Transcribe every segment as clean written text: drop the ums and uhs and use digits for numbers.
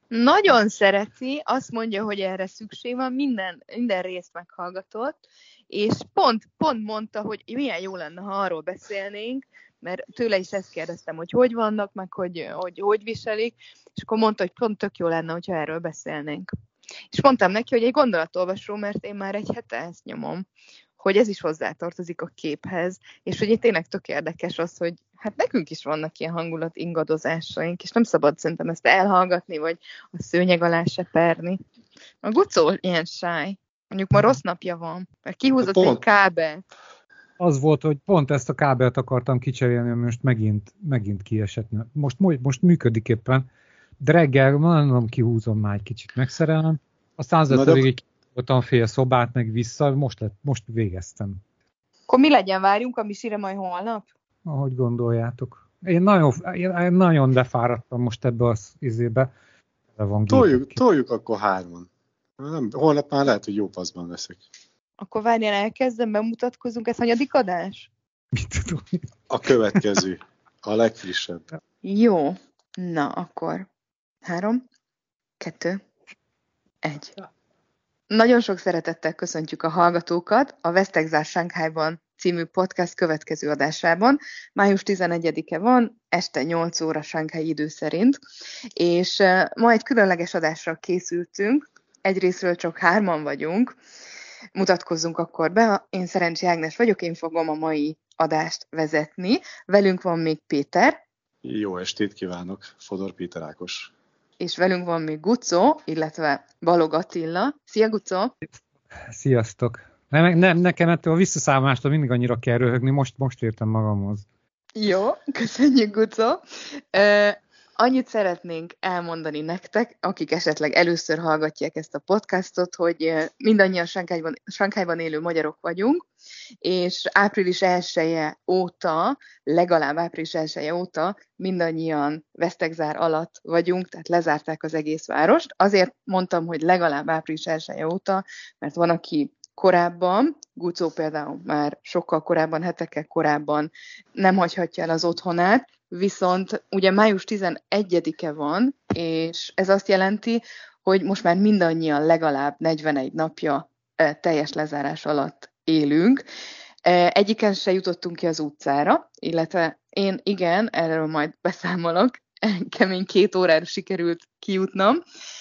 Nagyon szereti, azt mondja, hogy erre szükség van, minden részt meghallgatott, és pont mondta, hogy milyen jó lenne, ha arról beszélnénk, mert tőle is ezt kérdeztem, hogy vannak, meg hogy viselik, és akkor mondta, hogy pont tök jó lenne, hogyha erről beszélnénk. És mondtam neki, hogy egy gondolatolvasó, mert én már egy hete ezt nyomom, hogy ez is hozzátartozik a képhez, és hogy tényleg tök érdekes az, hogy hát nekünk is vannak ilyen hangulat ingadozásaink, és nem szabad szerintem ezt elhallgatni, vagy a szőnyeg alá seperni. A Gucó ilyen sáj. Mondjuk ma rossz napja van, mert kihúzott egy kábelt. Az volt, hogy pont ezt a kábelt akartam kicserélni, ami most megint kiesett. Most működik éppen, de reggel mondom, kihúzom már egy kicsit, megszerelem. Aztán az lett, hogy voltam fél szobát, meg vissza, most végeztem. Akkor mi legyen, várjunk a misire majd holnap? Ahogy gondoljátok. Én nagyon lefáradtam most ebbe az izébe. Toljuk akkor 3-on. Holnap már lehet, hogy jó paszban leszek. Akkor várjál, elkezdem, bemutatkozunk, ez hanyadik adás? Mit tudom? A következő, a legfrissebb. Jó, na akkor 3, 2, 1. Nagyon sok szeretettel köszöntjük a hallgatókat a Vesztegzár Shanghaiban című podcast következő adásában. Május 11-e van, este 8 óra Shanghai idő szerint, és ma egy különleges adásra készültünk. Egyrészről csak 3-an vagyunk. Mutatkozzunk akkor be. Én Szerencsi Ágnes vagyok, én fogom a mai adást vezetni. Velünk van még Péter. Jó estét kívánok, Fodor Péter Ákos. És velünk van még Gucó, illetve Balog Attila. Szia, Gucó! Sziasztok! Nekem ettől a visszaszámolástól mindig annyira kell röhögni, most értem magamhoz. Jó, köszönjük, Gucó! Annyit szeretnénk elmondani nektek, akik esetleg először hallgatják ezt a podcastot, hogy mindannyian Shanghaiban élő magyarok vagyunk, és április 1-e óta, legalább április 1-e óta mindannyian Vesztegzár alatt vagyunk, tehát lezárták az egész várost. Azért mondtam, hogy legalább április 1-e óta, mert van, aki korábban, Gucó például már sokkal korábban, hetekkel korábban nem hagyhatja el az otthonát, viszont ugye május 11-e van, és ez azt jelenti, hogy most már mindannyian legalább 41 napja teljes lezárás alatt élünk. Egyiken se jutottunk ki az utcára, illetve én igen, erről majd beszámolok, kemény 2 órára sikerült kijutnom.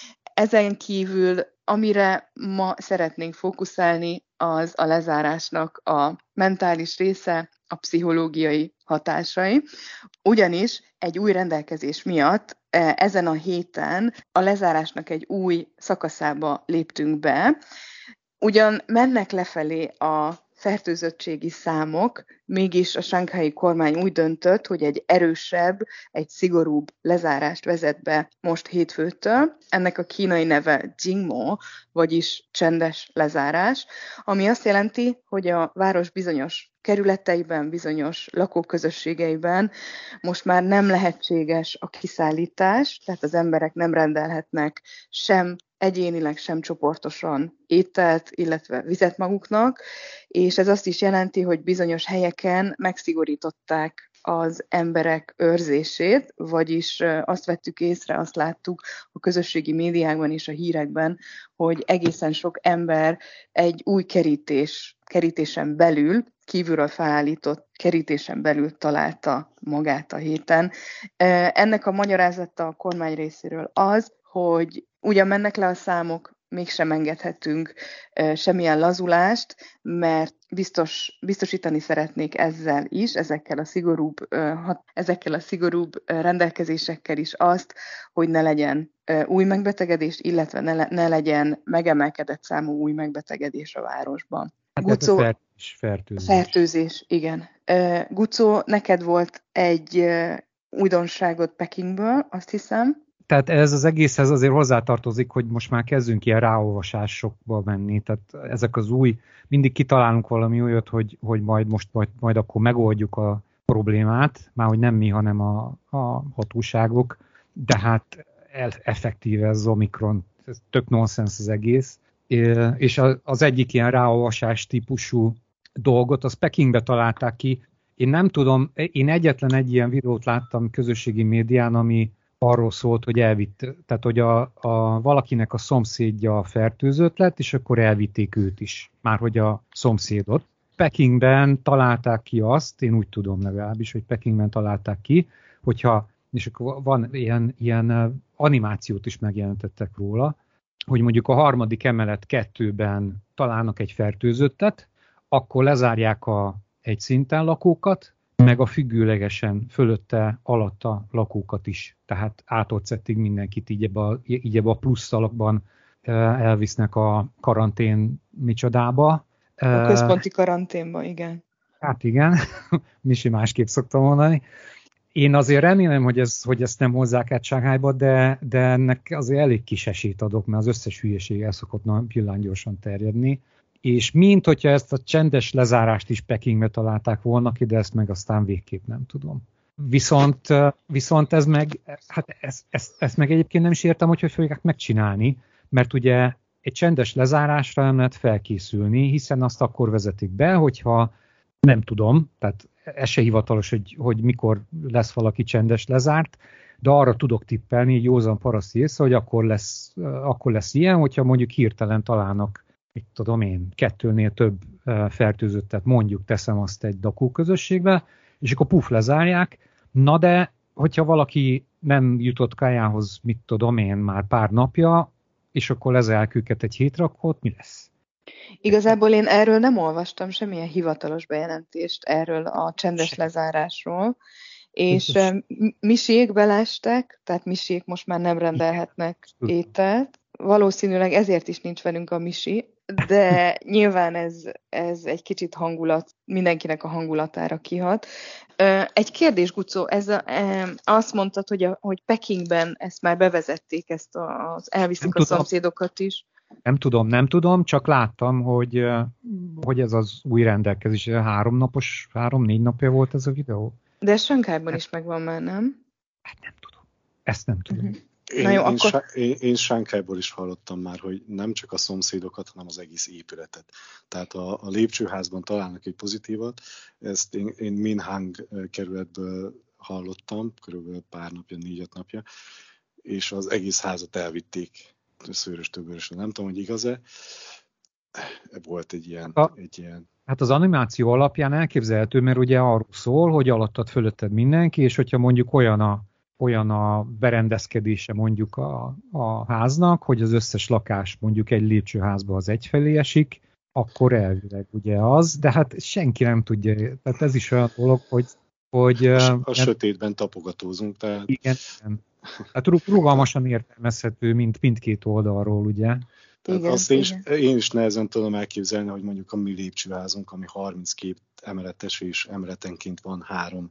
Ezen kívül, amire ma szeretnénk fókuszálni, az a lezárásnak a mentális része, a pszichológiai hatásai. Ugyanis egy új rendelkezés miatt ezen a héten a lezárásnak egy új szakaszába léptünk be. Ugyan mennek lefelé a fertőzöttségi számok, mégis a shanghai kormány úgy döntött, hogy egy erősebb, egy szigorúbb lezárást vezet be most hétfőtől. Ennek a kínai neve Jingmo, vagyis csendes lezárás, ami azt jelenti, hogy a város bizonyos kerületeiben, bizonyos lakóközösségeiben most már nem lehetséges a kiszállítás, tehát az emberek nem rendelhetnek sem egyénileg, sem csoportosan ételt, illetve vizet maguknak, és ez azt is jelenti, hogy bizonyos helyeken megszigorították az emberek őrzését, vagyis azt vettük észre, azt láttuk a közösségi médiákban és a hírekben, hogy egészen sok ember egy új kerítésen belül, kívülről felállított kerítésen belül találta magát a héten. Ennek a magyarázata a kormány részéről az, hogy ugyan mennek le a számok, mégsem engedhetünk semmilyen lazulást, mert biztosítani szeretnék ezzel is, ezekkel a szigorúbb rendelkezésekkel is azt, hogy ne legyen új megbetegedés, illetve ne legyen megemelkedett számú új megbetegedés a városban. Gucó, fertőzés, igen. Gucó, neked volt egy újdonságot Pekingből, azt hiszem. Tehát ez az egészhez azért hozzátartozik, hogy most már kezdünk ilyen ráolvasásokba menni. Tehát ezek az új, mindig kitalálunk valami olyat, hogy majd akkor megoldjuk a problémát, már hogy nem mi, hanem a hatóságok, de hát effektíve ez az Omikron, ez tök nonsens az egész. És az egyik ilyen ráolvasás típusú dolgot, az Pekingbe találták ki. Én nem tudom, én egyetlen egy ilyen videót láttam közösségi médián, arról szólt, hogy tehát hogy valakinek a szomszédja fertőzött lett, és akkor elvitték őt is, márhogy a szomszédot. Pekingben találták ki azt, én úgy tudom legalábbis, hogy Pekingben találták ki, hogyha, és akkor van ilyen animációt is megjelentettek róla, hogy mondjuk a 3. emelet 2-ben találnak egy fertőzöttet, akkor lezárják egy szinten lakókat, meg a függőlegesen fölötte alatta lakókat is. Tehát átocettig mindenkit így ebbe a plusz alakban elvisznek a karantén micsodába. A központi karanténba, igen. Hát igen, Misi másképp szoktam mondani. Én azért remélem, hogy ezt nem hozzák át Shanghaiba, de ennek azért elég kis esélyt adok, mert az összes hülyeség el szokott villámgyorsan terjedni. És mint hogyha ezt a csendes lezárást is Pekingbe találták volna ki, de ezt meg aztán végképp nem tudom. Viszont ez meg, hát ezt meg egyébként nem is értem, hogy fogják megcsinálni, mert ugye egy csendes lezárásra nem lehet felkészülni, hiszen azt akkor vezetik be, hogyha nem tudom, tehát ez se hivatalos, hogy mikor lesz valaki csendes lezárt, de arra tudok tippelni, egy józan paraszti észre, hogy akkor lesz ilyen, hogyha mondjuk hirtelen találnak, mit tudom én, 2-nél több fertőzöttet, mondjuk teszem azt egy lakóközösségbe, és akkor lezárják. Na de, hogyha valaki nem jutott kájához, mit tudom én, már pár napja, és akkor lezárják őket egy hétre, akkor mi lesz? Igazából én erről nem olvastam semmilyen hivatalos bejelentést erről a csendes lezárásról, és misiék belestek, tehát misiék most már nem rendelhetnek ételt. Valószínűleg ezért is nincs velünk a misi, de nyilván ez egy kicsit mindenkinek a hangulatára kihat. Egy kérdés, Gucó, azt mondtad, hogy Pekingben ezt már bevezették, elviszik a szomszédokat is. Nem tudom, csak láttam, hogy ez az új rendelkezés, 3-4 napja volt ez a videó. De Shanghaiban is megvan már, nem? Hát nem tudom. Ezt nem tudom. Én Shanghaiból is hallottam már, hogy nem csak a szomszédokat, hanem az egész épületet. Tehát a lépcsőházban találnak egy pozitívat. Ezt én Minhang kerületből hallottam, körülbelül pár napja, 4-5 napja, és az egész házat elvitték szőrös-töbörösre. Nem tudom, hogy igaz-e. Volt egy ilyen. Hát az animáció alapján elképzelhető, mert ugye arról szól, hogy alattad fölötted mindenki, és hogyha mondjuk olyan a berendezkedése mondjuk a háznak, hogy az összes lakás mondjuk egy lépcsőházba az egyfelé esik, akkor elvileg ugye az, de hát senki nem tudja, tehát ez is olyan dolog, hogy a sötétben tapogatózunk, tehát... Igen. Hát rugalmasan értelmezhető mindkét oldalról, ugye? Igen, azt én is nehezen tudom elképzelni, hogy mondjuk a mi lépcsőházunk, ami 32 emeletes, és emeletenként van 3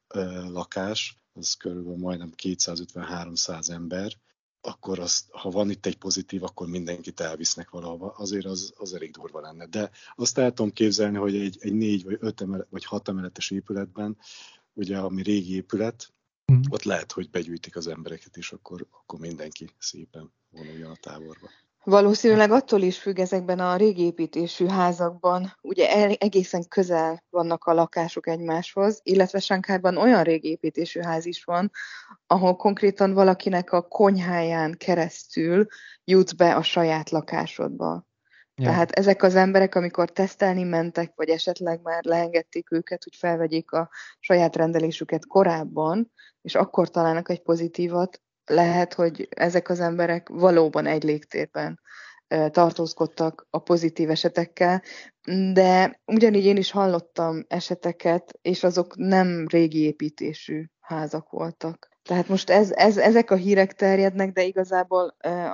lakás, az körülbelül majdnem 250-300 ember, akkor ha van itt egy pozitív, akkor mindenkit elvisznek valahova. Azért az elég durva lenne. De azt el tudom képzelni, hogy egy 4 vagy 5 vagy 6 emeletes épületben, ugye ami régi épület, ott lehet, hogy begyűjtik az embereket, és akkor mindenki szépen vonuljon a táborba. Valószínűleg attól is függ ezekben a régi építésű házakban, ugye egészen közel vannak a lakások egymáshoz, illetve Shanghaiban olyan régi építésű ház is van, ahol konkrétan valakinek a konyháján keresztül jutsz be a saját lakásodba. Ja. Tehát ezek az emberek, amikor tesztelni mentek, vagy esetleg már leengedték őket, hogy felvegyék a saját rendelésüket korábban, és akkor találnak egy pozitívat, lehet, hogy ezek az emberek valóban egy légtérben tartózkodtak a pozitív esetekkel, de ugyanígy én is hallottam eseteket, és azok nem régi építésű házak voltak. Tehát most ezek a hírek terjednek, de igazából,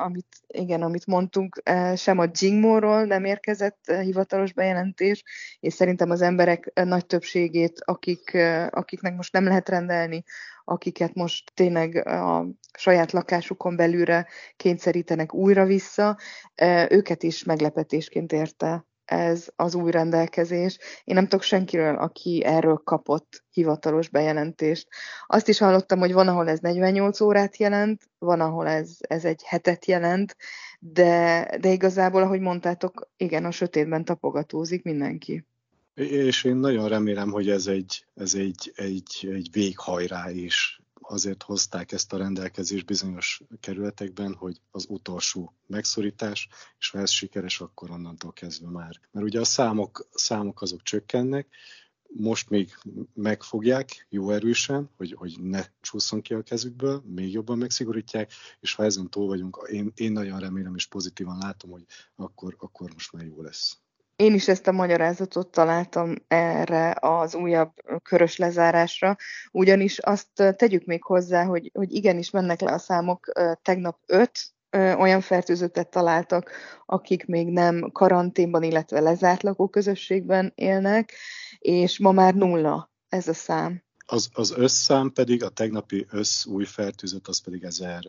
amit mondtunk, sem a Jingmo-ról nem érkezett hivatalos bejelentés, és szerintem az emberek nagy többségét, akiknek most nem lehet rendelni, akiket most tényleg a saját lakásukon belülre kényszerítenek újra vissza, őket is meglepetésként érte ez az új rendelkezés. Én nem tudok senkiről, aki erről kapott hivatalos bejelentést. Azt is hallottam, hogy van, ahol ez 48 órát jelent, van, ahol ez egy hetet jelent, de igazából, ahogy mondtátok, igen, a sötétben tapogatózik mindenki. És én nagyon remélem, hogy ez egy véghajrá, és azért hozták ezt a rendelkezést bizonyos kerületekben, hogy az utolsó megszorítás, és ha ez sikeres, akkor onnantól kezdve már. Mert ugye a számok azok csökkennek, most még megfogják jó erősen, hogy ne csúszson ki a kezükből, még jobban megszigorítják, és ha ezen túl vagyunk, én nagyon remélem és pozitívan látom, hogy akkor most már jó lesz. Én is ezt a magyarázatot találtam erre az újabb körös lezárásra, ugyanis azt tegyük még hozzá, hogy igenis mennek le a számok, tegnap 5 olyan fertőzöttet találtak, akik még nem karanténban, illetve lezárt lakóközösségben élnek, és ma már 0 ez a szám. Az összszám pedig, a tegnapi új fertőzött, az pedig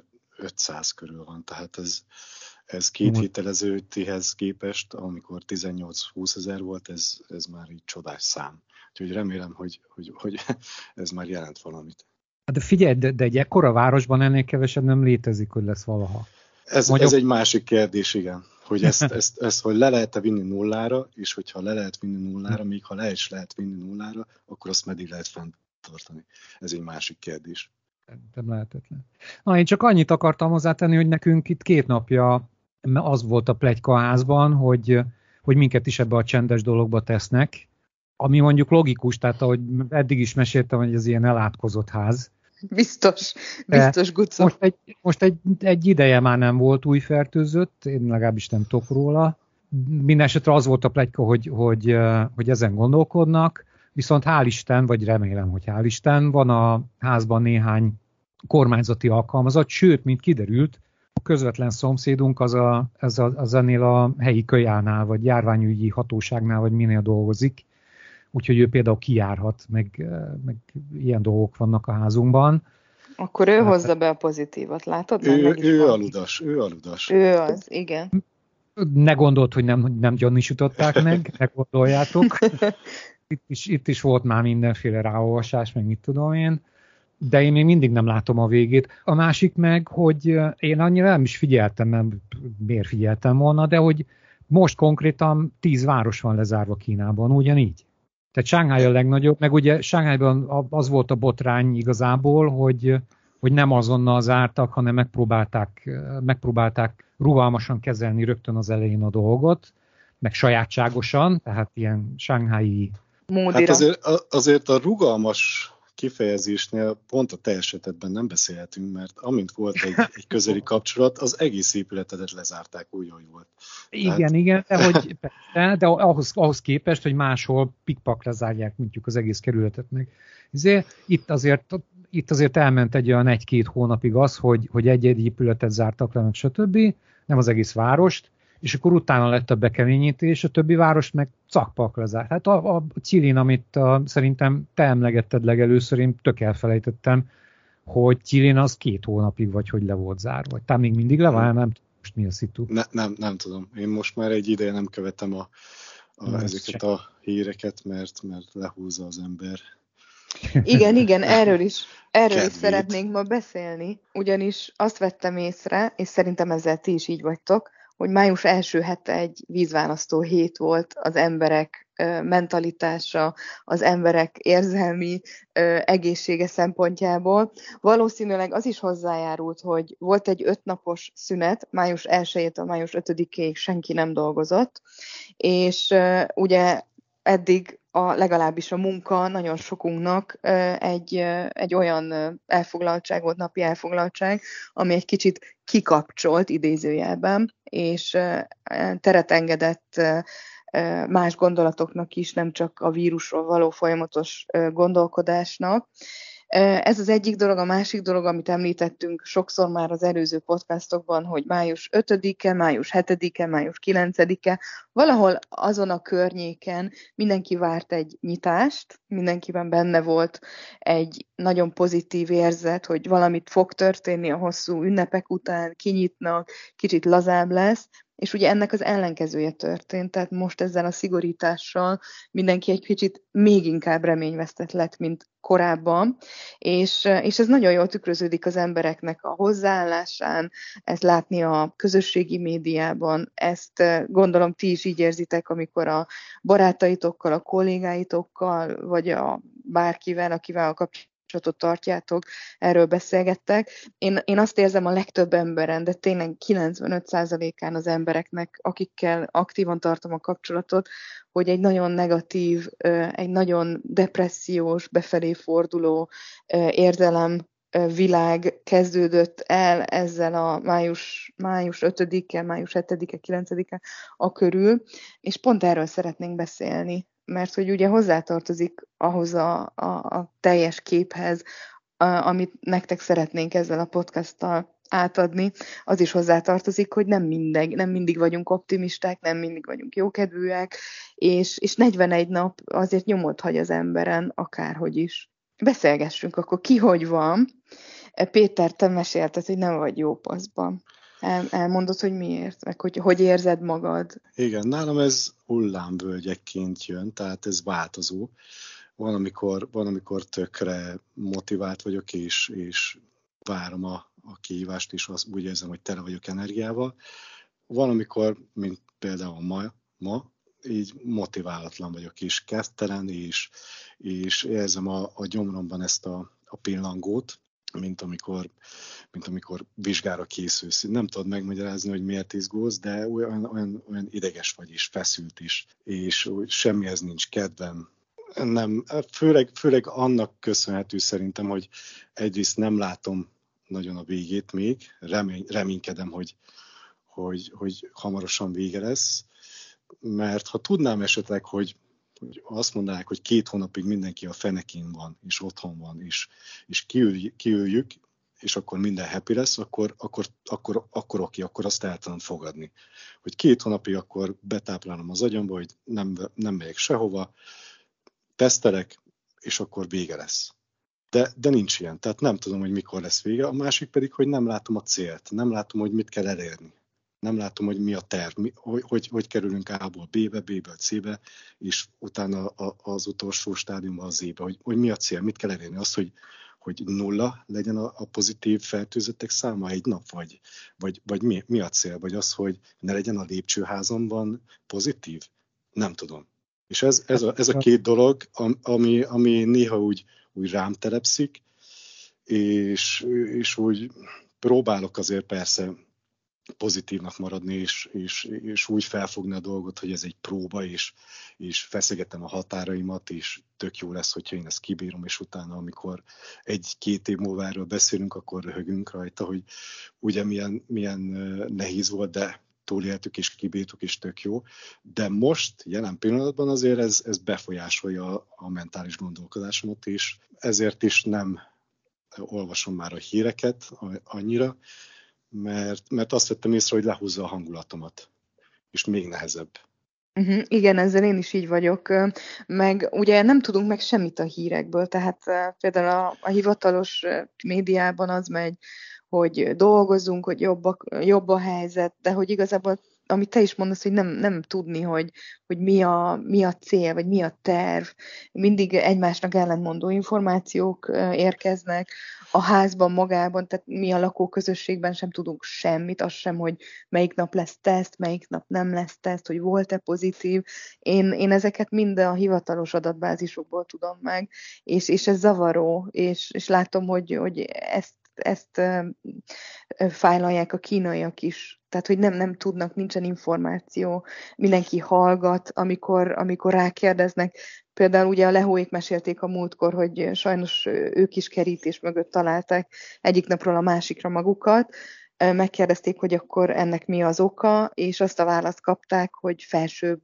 1500 körül van, tehát ez 2 héttel ezelőttihez képest, amikor 18-20 ezer volt, ez már így csodás szám. Úgyhogy remélem, hogy ez már jelent valamit. De figyelj, de egy ekkora városban ennél kevesebb nem létezik, hogy lesz valaha. Ez egy másik kérdés, igen. Hogy ezt hogy le lehet-e vinni nullára, és hogyha le lehet vinni nullára, még ha le is lehet vinni nullára, akkor azt meddig lehet fenntartani. Ez egy másik kérdés. Nem lehetetlen. Na, én csak annyit akartam hozzátenni, hogy nekünk itt 2 napja az volt a pletyka a házban, hogy minket is ebbe a csendes dologba tesznek, ami mondjuk logikus, tehát ahogy eddig is meséltem, hogy ez ilyen elátkozott ház. Biztos Gucó. Most egy ideje már nem volt új fertőzött, én legalábbis nem tudok róla. Mindenesetre az volt a pletyka, hogy ezen gondolkodnak, viszont hál' Isten, vagy remélem, hogy hál' Isten, van a házban néhány kormányzati alkalmazott, sőt, mint kiderült, a közvetlen szomszédunk az ennél a helyi kölyánál, vagy járványügyi hatóságnál, vagy minél dolgozik, úgyhogy ő például kijárhat, meg ilyen dolgok vannak a házunkban. Akkor ő hozza be a pozitívat, látod? Ő aludas. Ő az, igen. Ne gondold, hogy nem gyanúsították meg, ne gondoljátok. Itt is volt már mindenféle ráolvasás, meg mit tudom én, de én még mindig nem látom a végét. A másik meg, hogy én annyira nem is figyeltem, mert miért figyeltem volna, de hogy most konkrétan 10 város van lezárva Kínában, ugyanígy. Tehát Shanghai a legnagyobb, meg ugye Shanghaiban az volt a botrány igazából, hogy nem azonnal zártak, hanem megpróbálták rugalmasan kezelni rögtön az elején a dolgot, meg sajátságosan, tehát ilyen shanghai módira. Hát azért a rugalmas kifejezésnél pont a te esetedben nem beszélhetünk, mert amint volt egy közeli kapcsolat, az egész épületedet lezárták úgy, ahogy volt. Igen, de ahhoz képest, hogy máshol pikpakra zárják mondjuk az egész kerületet meg. Itt azért elment egy olyan 1-2 hónapig az, hogy egy-egy épületet zártak le, meg stb., nem az egész várost, és akkor utána lett a bekeményítés, a többi város meg cakpakra zárt. Hát a Chilin, amit szerintem te emlegetted legelőször, én tök elfelejtettem, hogy Chilin az 2 hónapig vagy, hogy le volt zárva. Vagy talán még mindig le van, nem tudom, most mi a szitu. Nem tudom. Én most már egy ideje nem követem ezeket a híreket, mert lehúzza az ember. Igen, erről is szeretnénk ma beszélni, ugyanis azt vettem észre, és szerintem ezzel ti is így vagytok, hogy május első hete egy vízválasztó hét volt az emberek mentalitása, az emberek érzelmi egészsége szempontjából. Valószínűleg az is hozzájárult, hogy volt egy 5 napos szünet, május 1-től május 5-ig senki nem dolgozott, és ugye eddig legalábbis a munka nagyon sokunknak egy olyan elfoglaltság volt, napi elfoglaltság, ami egy kicsit kikapcsolt idézőjelben, és teret engedett más gondolatoknak is, nem csak a vírusról való folyamatos gondolkodásnak. Ez az egyik dolog, a másik dolog, amit említettünk sokszor már az előző podcastokban, hogy május 5-e, május 7-e, május 9-e, valahol azon a környéken mindenki várt egy nyitást, mindenkiben benne volt egy nagyon pozitív érzet, hogy valamit fog történni a hosszú ünnepek után, kinyitnak, kicsit lazább lesz, és ugye ennek az ellenkezője történt, tehát most ezzel a szigorítással mindenki egy kicsit még inkább reményvesztett lett, mint korábban, és ez nagyon jól tükröződik az embereknek a hozzáállásán, ezt látni a közösségi médiában, ezt gondolom ti is így érzitek, amikor a barátaitokkal, a kollégáitokkal, vagy bárkivel, akivel a tartjátok, erről beszélgettek. Én azt érzem a legtöbb emberen, de tényleg 95%-án az embereknek, akikkel aktívan tartom a kapcsolatot, hogy egy nagyon negatív, egy nagyon depressziós, befelé forduló érzelem világ kezdődött el ezzel a május 5-e, május 7-e, 9-e a körül, és pont erről szeretnénk beszélni, mert hogy ugye hozzátartozik ahhoz a teljes képhez, amit nektek szeretnénk ezzel a podcasttal átadni, az is hozzátartozik, hogy nem mindig vagyunk optimisták, nem mindig vagyunk jókedvűek, és 41 nap azért nyomot hagy az emberen, akárhogy is. Beszélgessünk akkor, ki hogy van. Péter, te mesélted, hogy nem vagy jó paszban. Elmondod, hogy miért, meg hogy érzed magad? Igen, nálam ez hullámvölgyekként jön, tehát ez változó. Van, amikor tökre motivált vagyok, és várom a kihívást, és úgy érzem, hogy tele vagyok energiával. Van, amikor, mint például ma így motiválatlan vagyok, és kezdtelen, és érzem a gyomromban ezt a pillangót, mint amikor vizsgára készülsz. Nem tudod megmagyarázni, hogy miért izgulsz, de olyan ideges vagy is, feszült is, és semmihez nincs kedvem. Nem, főleg annak köszönhető szerintem, hogy egyrészt nem látom nagyon a végét még, reménykedem, hogy hamarosan vége lesz, mert ha tudnám esetleg, hogy azt mondanák, hogy 2 hónapig mindenki a fenekén van, és otthon van, és kiüljük, és akkor minden happy lesz, akkor oké, akkor azt el tudom fogadni. Hogy 2 hónapig akkor betáplálom az agyamba, hogy nem megyek sehova, tesztelek, és akkor vége lesz. De nincs ilyen, tehát nem tudom, hogy mikor lesz vége. A másik pedig, hogy nem látom a célt, nem látom, hogy mit kell elérni. Nem látom, hogy mi a terv, hogy kerülünk A-ból B-be, B-ből C-be, és utána az utolsó stádiumban az Z-be, hogy mi a cél, mit kell elérni. Az, hogy 0 legyen a pozitív fertőzöttek száma egy nap, vagy mi a cél, vagy az, hogy ne legyen a lépcsőházamban pozitív? Nem tudom. És ez a 2 dolog, ami néha úgy rám telepszik, és úgy próbálok azért persze pozitívnak maradni, és úgy felfogni a dolgot, hogy ez egy próba, és feszegetem a határaimat, és tök jó lesz, hogyha én ezt kibírom, és utána, amikor 1-2 év múlva erről beszélünk, akkor röhögünk rajta, hogy ugye milyen nehéz volt, de túléltük és kibírtuk, és tök jó. De most, jelen pillanatban azért ez befolyásolja a mentális gondolkodásomat, és ezért is nem olvasom már a híreket annyira, mert azt vettem észre, hogy lehúzza a hangulatomat, és még nehezebb. Igen, ezzel én is így vagyok, meg ugye nem tudunk meg semmit a hírekből, tehát például a hivatalos médiában az megy, hogy dolgozunk, hogy jobb a helyzet, de hogy igazából, amit te is mondasz, hogy nem tudni, hogy mi a cél, vagy mi a terv. Mindig egymásnak ellentmondó információk érkeznek, a házban magában, tehát mi a lakóközösségben sem tudunk semmit, az sem, hogy melyik nap lesz teszt, melyik nap nem lesz teszt, hogy volt-e pozitív. Én ezeket mind a hivatalos adatbázisokból tudom meg, és ez zavaró, és látom, hogy ezt fájlalják a kínaiak is. Tehát, hogy nem tudnak, nincsen információ, mindenki hallgat, amikor rákérdeznek. Például ugye a Lehóék mesélték a múltkor, hogy sajnos ők is kerítés mögött találták egyik napról a másikra magukat. Megkérdezték, hogy akkor ennek mi az oka, és azt a választ kapták, hogy felsőbb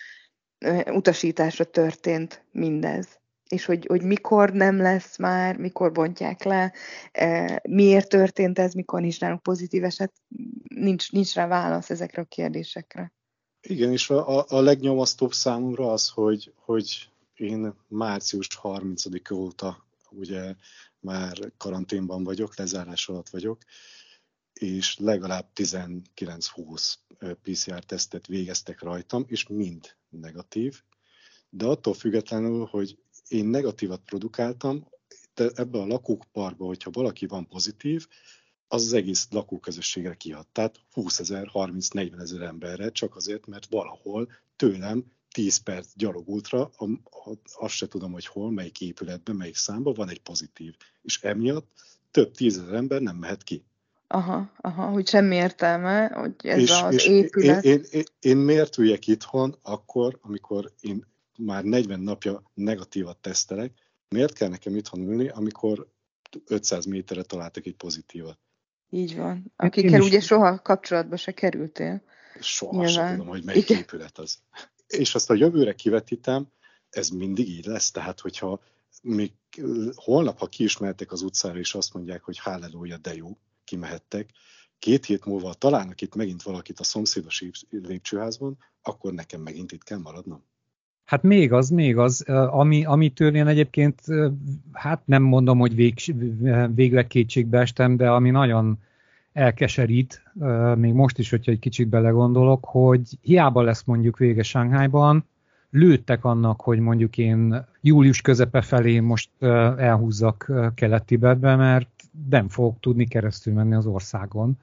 utasításra történt mindez. És hogy mikor nem lesz már, mikor bontják le, miért történt ez, mikor nincs nálunk pozitív eset, nincs rá válasz ezekre a kérdésekre. Igen, és a legnyomasztóbb számomra az, hogy én március 30-a óta ugye már karanténban vagyok, lezárás alatt vagyok, és legalább 19-20 PCR-tesztet végeztek rajtam, és mind negatív. De attól függetlenül, hogy én negatívat produkáltam, de ebben a lakóparkban, hogyha valaki van pozitív, az egész lakóközösségre kihat. Tehát 20 000, 30-40 000 emberre, csak azért, mert valahol tőlem 10 perc gyalogútra, azt se tudom, hogy hol, melyik épületben, melyik számban van egy pozitív. És emiatt több 10 000 ember nem mehet ki. Aha, hogy semmi értelme, hogy ez és, az és épület. Én miért üljek itthon akkor, amikor én már 40 napja negatívat tesztelek, miért kell nekem itthon ülni, amikor 500 méterre találtak egy pozitívat? Így van. Akikkel ugye soha kapcsolatba se kerültél. Soha sem tudom, hogy melyik épület az. És azt a jövőre kivetítem, ez mindig így lesz. Tehát, hogyha még holnap, ha kiismertek az utcára, és azt mondják, hogy halleluja, de jó, kimehettek, 2 hét múlva találnak itt megint valakit a szomszédos lépcsőházban, akkor nekem megint itt kell maradnom. Hát még az, amitől én egyébként, hát nem mondom, hogy végleg kétségbe estem, de ami nagyon elkeserít, még most is, hogyha egy kicsit belegondolok, hogy hiába lesz mondjuk vége Sánghájban, lőttek annak, hogy mondjuk én július közepe felé most elhúzzak Kelet-Tibetbe, mert nem fogok tudni keresztül menni az országon.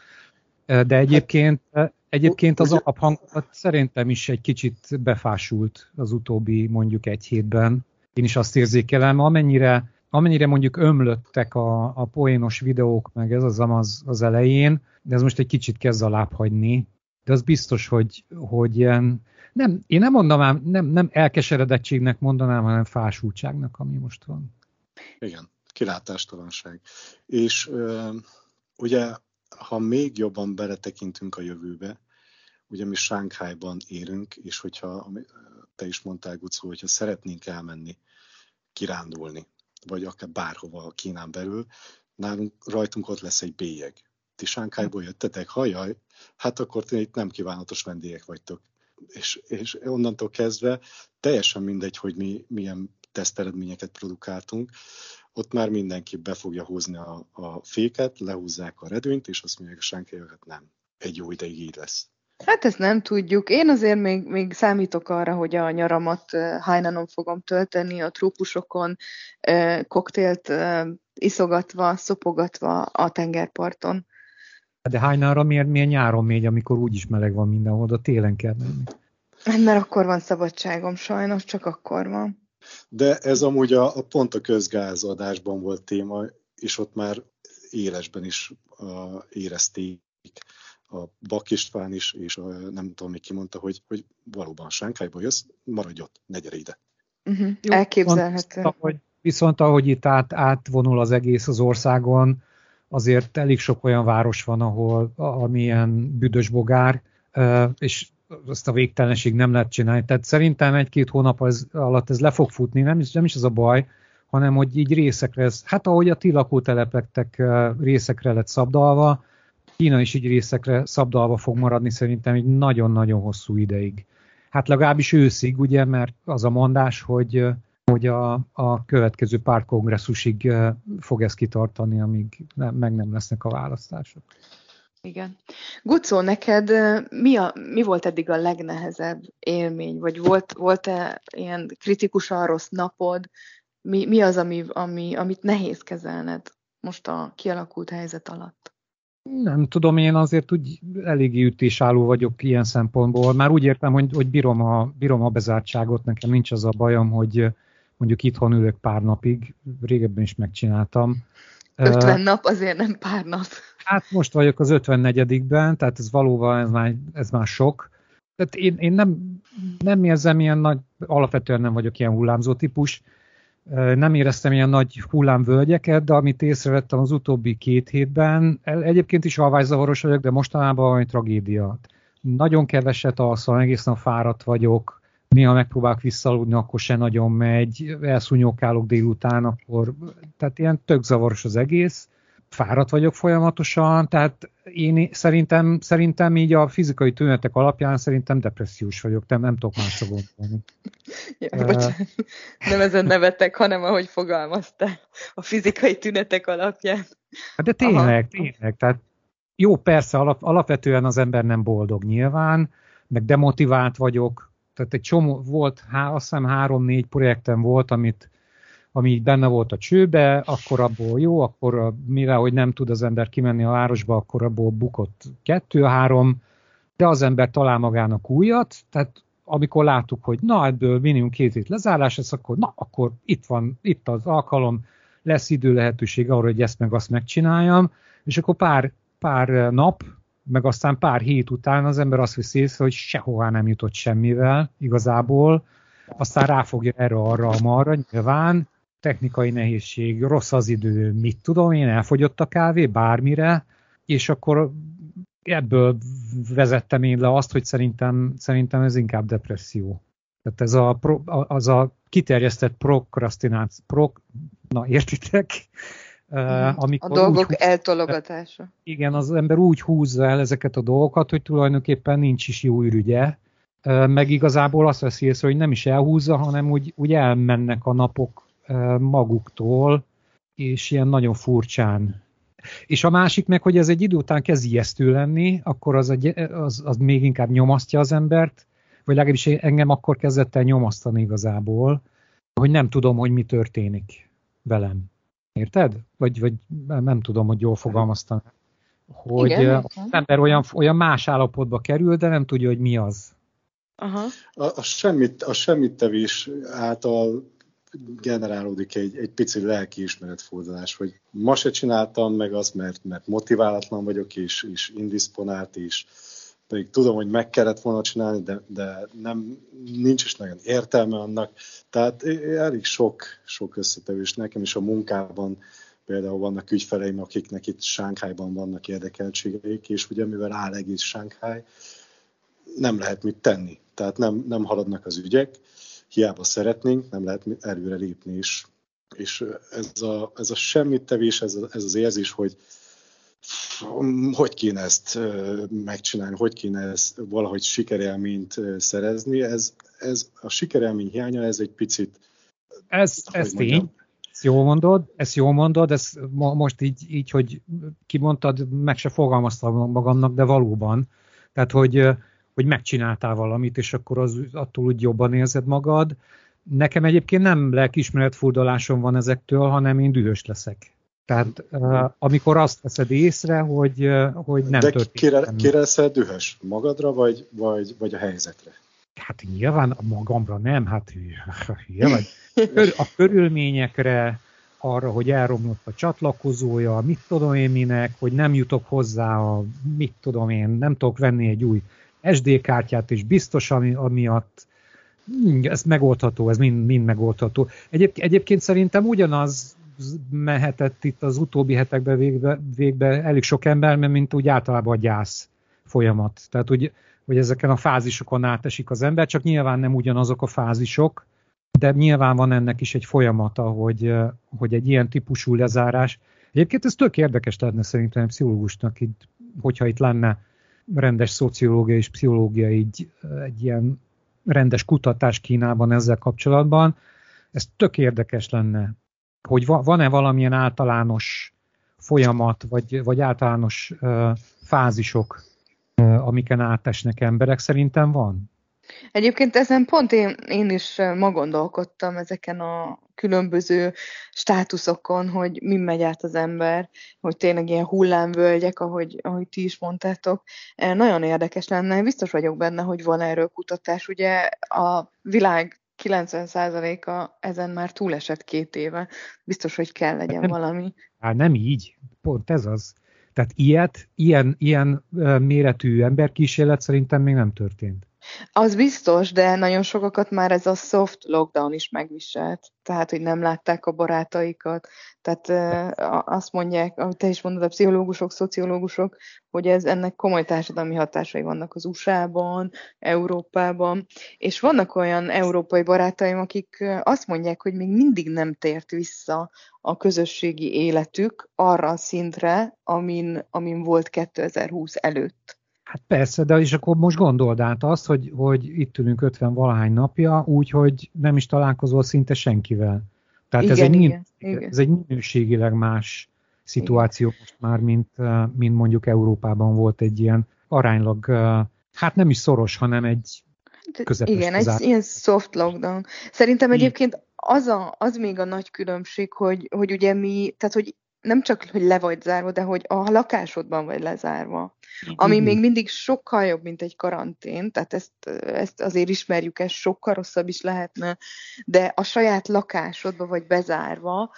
De egyébként az alaphangulat szerintem is egy kicsit befásult az utóbbi mondjuk 1 hétben. Én is azt érzékelem, amennyire mondjuk ömlöttek a poénos videók, meg ez az elején, de ez most egy kicsit kezd alább hagyni. De az biztos, hogy ilyen, én nem mondanám, nem elkeseredettségnek mondanám, hanem fásultságnak, ami most van. Igen, kilátástalanság. És ugye, ha még jobban beletekintünk a jövőbe, ugye mi Sánkhájban érünk, és hogyha te is mondtál, Gucó, hogyha szeretnénk elmenni, kirándulni, vagy akár bárhova a Kínán belül, rajtunk ott lesz egy bélyeg. Ti Sánkhájból jöttetek? Hajjaj, hát akkor ti itt nem kívánatos vendégek vagytok. És onnantól kezdve teljesen mindegy, hogy mi milyen teszteredményeket produkáltunk, ott már mindenki be fogja húzni a féket, lehúzzák a redőnyt, és azt mondják, a Sánkhájak, nem. Egy jó ideig így lesz. Hát ezt nem tudjuk. Én azért még számítok arra, hogy a nyaramat Hainanon fogom tölteni, a trópusokon, koktélt iszogatva, szopogatva a tengerparton. De Hainanra miért nyáron megy, amikor úgyis meleg van mindenhol, de télen kell menni? Mert akkor van szabadságom, sajnos, csak akkor van. De ez amúgy pont a közgázadásban volt téma, és ott már élesben is érezték a Bak István is, és nem tudom, még ki mondta, hogy valóban Sánkhájból jössz, maradj ott, ne gyere ide. Elképzelhető. Viszont ahogy itt átvonul az egész az országon, azért elég sok olyan város van, ahol amilyen büdös bogár, és azt a végtelenség nem lehet csinálni. Tehát szerintem 1-2 hónap alatt ez le fog futni, nem is az a baj, hanem hogy így részekre, hát ahogy a ti lakótelepektek részekre lett szabdalva, Kína is így részekre szabdalva fog maradni szerintem egy nagyon-nagyon hosszú ideig. Hát legalábbis őszig, ugye, mert az a mondás, hogy a következő pártkongresszusig fog ez kitartani, amíg meg nem lesznek a választások. Igen. Gucó, neked mi volt eddig a legnehezebb élmény? Vagy volt-e ilyen kritikusan rossz napod? Mi az, amit nehéz kezelned most a kialakult helyzet alatt? Nem tudom, én azért úgy eléggé ütésálló vagyok ilyen szempontból. Már úgy értem, hogy bírom a bezártságot, nekem nincs az a bajom, hogy mondjuk itthon ülök pár napig, régebben is megcsináltam. 50 nap azért nem pár nap. Hát most vagyok az 54-ben, tehát ez valóban ez már sok. Tehát én nem érzem ilyen nagy, alapvetően nem vagyok ilyen hullámzó típus, nem éreztem ilyen nagy hullámvölgyeket, de amit észrevettem az utóbbi 2 hétben, egyébként is alvászavaros vagyok, de mostanában valami tragédia. Nagyon keveset alszom, egész nap fáradt vagyok, néha megpróbálok visszaludni, akkor se nagyon megy, elszúnyókálok délután, akkor, tehát ilyen tök zavaros az egész, fáradt vagyok folyamatosan, tehát én szerintem így a fizikai tünetek alapján szerintem depressziós vagyok, nem tudok másra gondolni. Nem ezen nevettek, hanem ahogy fogalmaztál, a fizikai tünetek alapján. De tényleg, tehát jó, persze, alapvetően az ember nem boldog nyilván, meg demotivált vagyok, tehát egy csomó volt, azt hiszem 3-4 projektem volt, ami így benne volt a csőbe, akkor abból jó, akkor mivel hogy nem tud az ember kimenni a városba, akkor abból bukott 2-3, de az ember talál magának újat, tehát amikor láttuk, hogy na, ebből minimum 2 hét lezárás lesz, akkor itt az alkalom, lesz idő, lehetőség arra, hogy ezt meg azt megcsináljam, és akkor pár nap, meg aztán pár hét után az ember azt veszi észre, hogy sehová nem jutott semmivel igazából, aztán ráfogja arra, nyilván, technikai nehézség, rossz az idő, mit tudom én, elfogyott a kávé, bármire, és akkor ebből vezettem én le azt, hogy szerintem ez inkább depresszió. Tehát ez az a kiterjesztett prokrastináció, na értitek? A dolgok eltologatása. Igen, az ember úgy húzza el ezeket a dolgokat, hogy tulajdonképpen nincs is jó ürügye, meg igazából azt veszi észre, hogy nem is elhúzza, hanem úgy elmennek a napok maguktól, és ilyen nagyon furcsán. És a másik meg, hogy ez egy idő után kezd ijesztő lenni, akkor az még inkább nyomasztja az embert, vagy legalábbis engem akkor kezdett el nyomasztani igazából, hogy nem tudom, hogy mi történik velem. Érted? Vagy nem tudom, hogy jól fogalmaztam. Hogy igen, az ember olyan más állapotba kerül, de nem tudja, hogy mi az. Aha. A semmittevés által generálódik egy pici lelkiismeretfordulás, hogy ma se csináltam meg azt, mert motiválatlan vagyok, és indisponált, és pedig tudom, hogy meg kellett volna csinálni, de nincs is nagyon értelme annak. Tehát elég sok összetevés nekem is a munkában. Például vannak ügyfeleim, akiknek itt Sánkhájban vannak érdekeltségeik, és ugye mivel áll egész Sánkháj, nem lehet mit tenni. Tehát nem haladnak az ügyek, hiába szeretnénk, nem lehet előre lépni is. És ez a semmittevés, ez az érzés, hogy kéne ezt megcsinálni, hogy kéne ezt valahogy sikerélményt szerezni, ez a sikerélmény hiánya, ez egy picit... Ez tény. Ezt jól mondod, ezt most így, hogy kimondtad, meg se fogalmaztam magamnak, de valóban. Tehát, hogy megcsináltál valamit, és akkor attól úgy jobban érzed magad. Nekem egyébként nem lelkiismeretfordulásom van ezektől, hanem én dühös leszek. Tehát amikor azt veszed észre, hogy nem történik. De kire leszel dühös? Magadra, vagy a helyzetre? Hát nyilván magamra nem, hát hülye vagy. A körülményekre, arra, hogy elromlott a csatlakozója, mit tudom én minek, hogy nem jutok hozzá mit tudom én, nem tudok venni egy új SD kártyát, és biztos amiatt ez megoldható, ez mind megoldható. Egyébként szerintem ugyanaz mehetett itt az utóbbi hetekben végbe elég sok ember, mint úgy általában a gyász folyamat. Tehát, hogy ezeken a fázisokon átesik az ember, csak nyilván nem ugyanazok a fázisok, de nyilván van ennek is egy folyamata, hogy egy ilyen típusú lezárás. Egyébként ez tök érdekes lenne szerintem egy pszichológusnak, hogyha itt lenne rendes szociológia és pszichológia, egy ilyen rendes kutatás Kínában ezzel kapcsolatban. Ez tök érdekes lenne, hogy van-e valamilyen általános folyamat, vagy általános fázisok, amiken átesnek emberek. Szerintem van. Egyébként ezen pont én is ma gondolkodtam ezeken a különböző státuszokon, hogy mi megy át az ember, hogy tényleg ilyen hullámvölgyek, ahogy ti is mondtátok. Nagyon érdekes lenne, biztos vagyok benne, hogy van erről kutatás. Ugye a világ 90%-a ezen már túlesett 2 éve. Biztos, hogy kell legyen valami. Hát nem így, pont ez az. Tehát ilyen méretű emberkísérlet szerintem még nem történt. Az biztos, de nagyon sokakat már ez a soft lockdown is megviselt. Tehát, hogy nem látták a barátaikat. Tehát azt mondják, ahogy te is mondod, a pszichológusok, szociológusok, hogy ennek komoly társadalmi hatásai vannak az USA-ban, Európában. És vannak olyan európai barátaim, akik azt mondják, hogy még mindig nem tért vissza a közösségi életük arra a szintre, amin volt 2020 előtt. Hát persze, de és akkor most gondold át azt, hogy itt ülünk 50-valahány napja, úgyhogy nem is találkozol szinte senkivel. Tehát igen, ez egy minőségileg más szituáció most már, mint mondjuk Európában volt egy ilyen aránylag, hát nem is szoros, hanem egy közepes. Igen, egy ilyen soft lockdown. Szerintem egyébként az még a nagy különbség, hogy ugye tehát hogy nem csak, hogy le vagy zárva, de hogy a lakásodban vagy lezárva. Ami még mindig sokkal jobb, mint egy karantén, tehát ezt azért ismerjük, ez sokkal rosszabb is lehetne, de a saját lakásodba vagy bezárva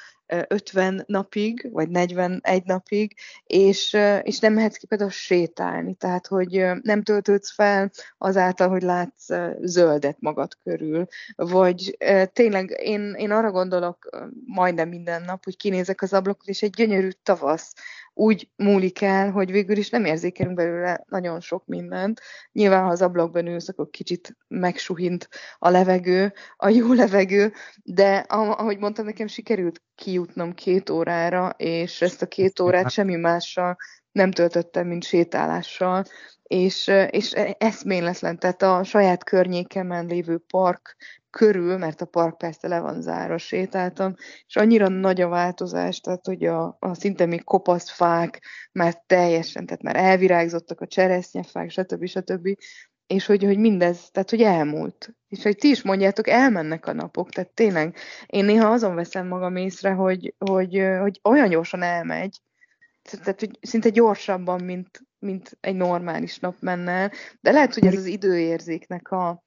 50 napig, vagy 41 napig, és nem mehetsz ki például sétálni, tehát hogy nem töltődsz fel azáltal, hogy látsz zöldet magad körül, vagy tényleg én arra gondolok majdnem minden nap, hogy kinézek az ablakot, és egy gyönyörű tavasz úgy múlik el, hogy végül is nem érzékelünk belőle nagyon sok mindent. Nyilván, ha az ablakban ülsz, akkor kicsit megsuhint a levegő, a jó levegő, de ahogy mondtam, nekem sikerült kijutnom 2 órára, és ezt a 2 órát semmi mással nem töltöttem, mint sétálással, és eszméletlen, tehát a saját környékemen lévő park körül, mert a park persze le van zárva, sétáltam, és annyira nagy a változás, tehát hogy a szinte még kopasz fák már teljesen, tehát már elvirágzottak a cseresznyefák, stb. És hogy mindez, tehát hogy elmúlt. És hogy ti is mondjátok, elmennek a napok, tehát tényleg én néha azon veszem magam észre, hogy olyan gyorsan elmegy, tehát hogy szinte gyorsabban, mint egy normális nap menne el, de lehet, hogy ez az időérzéknek a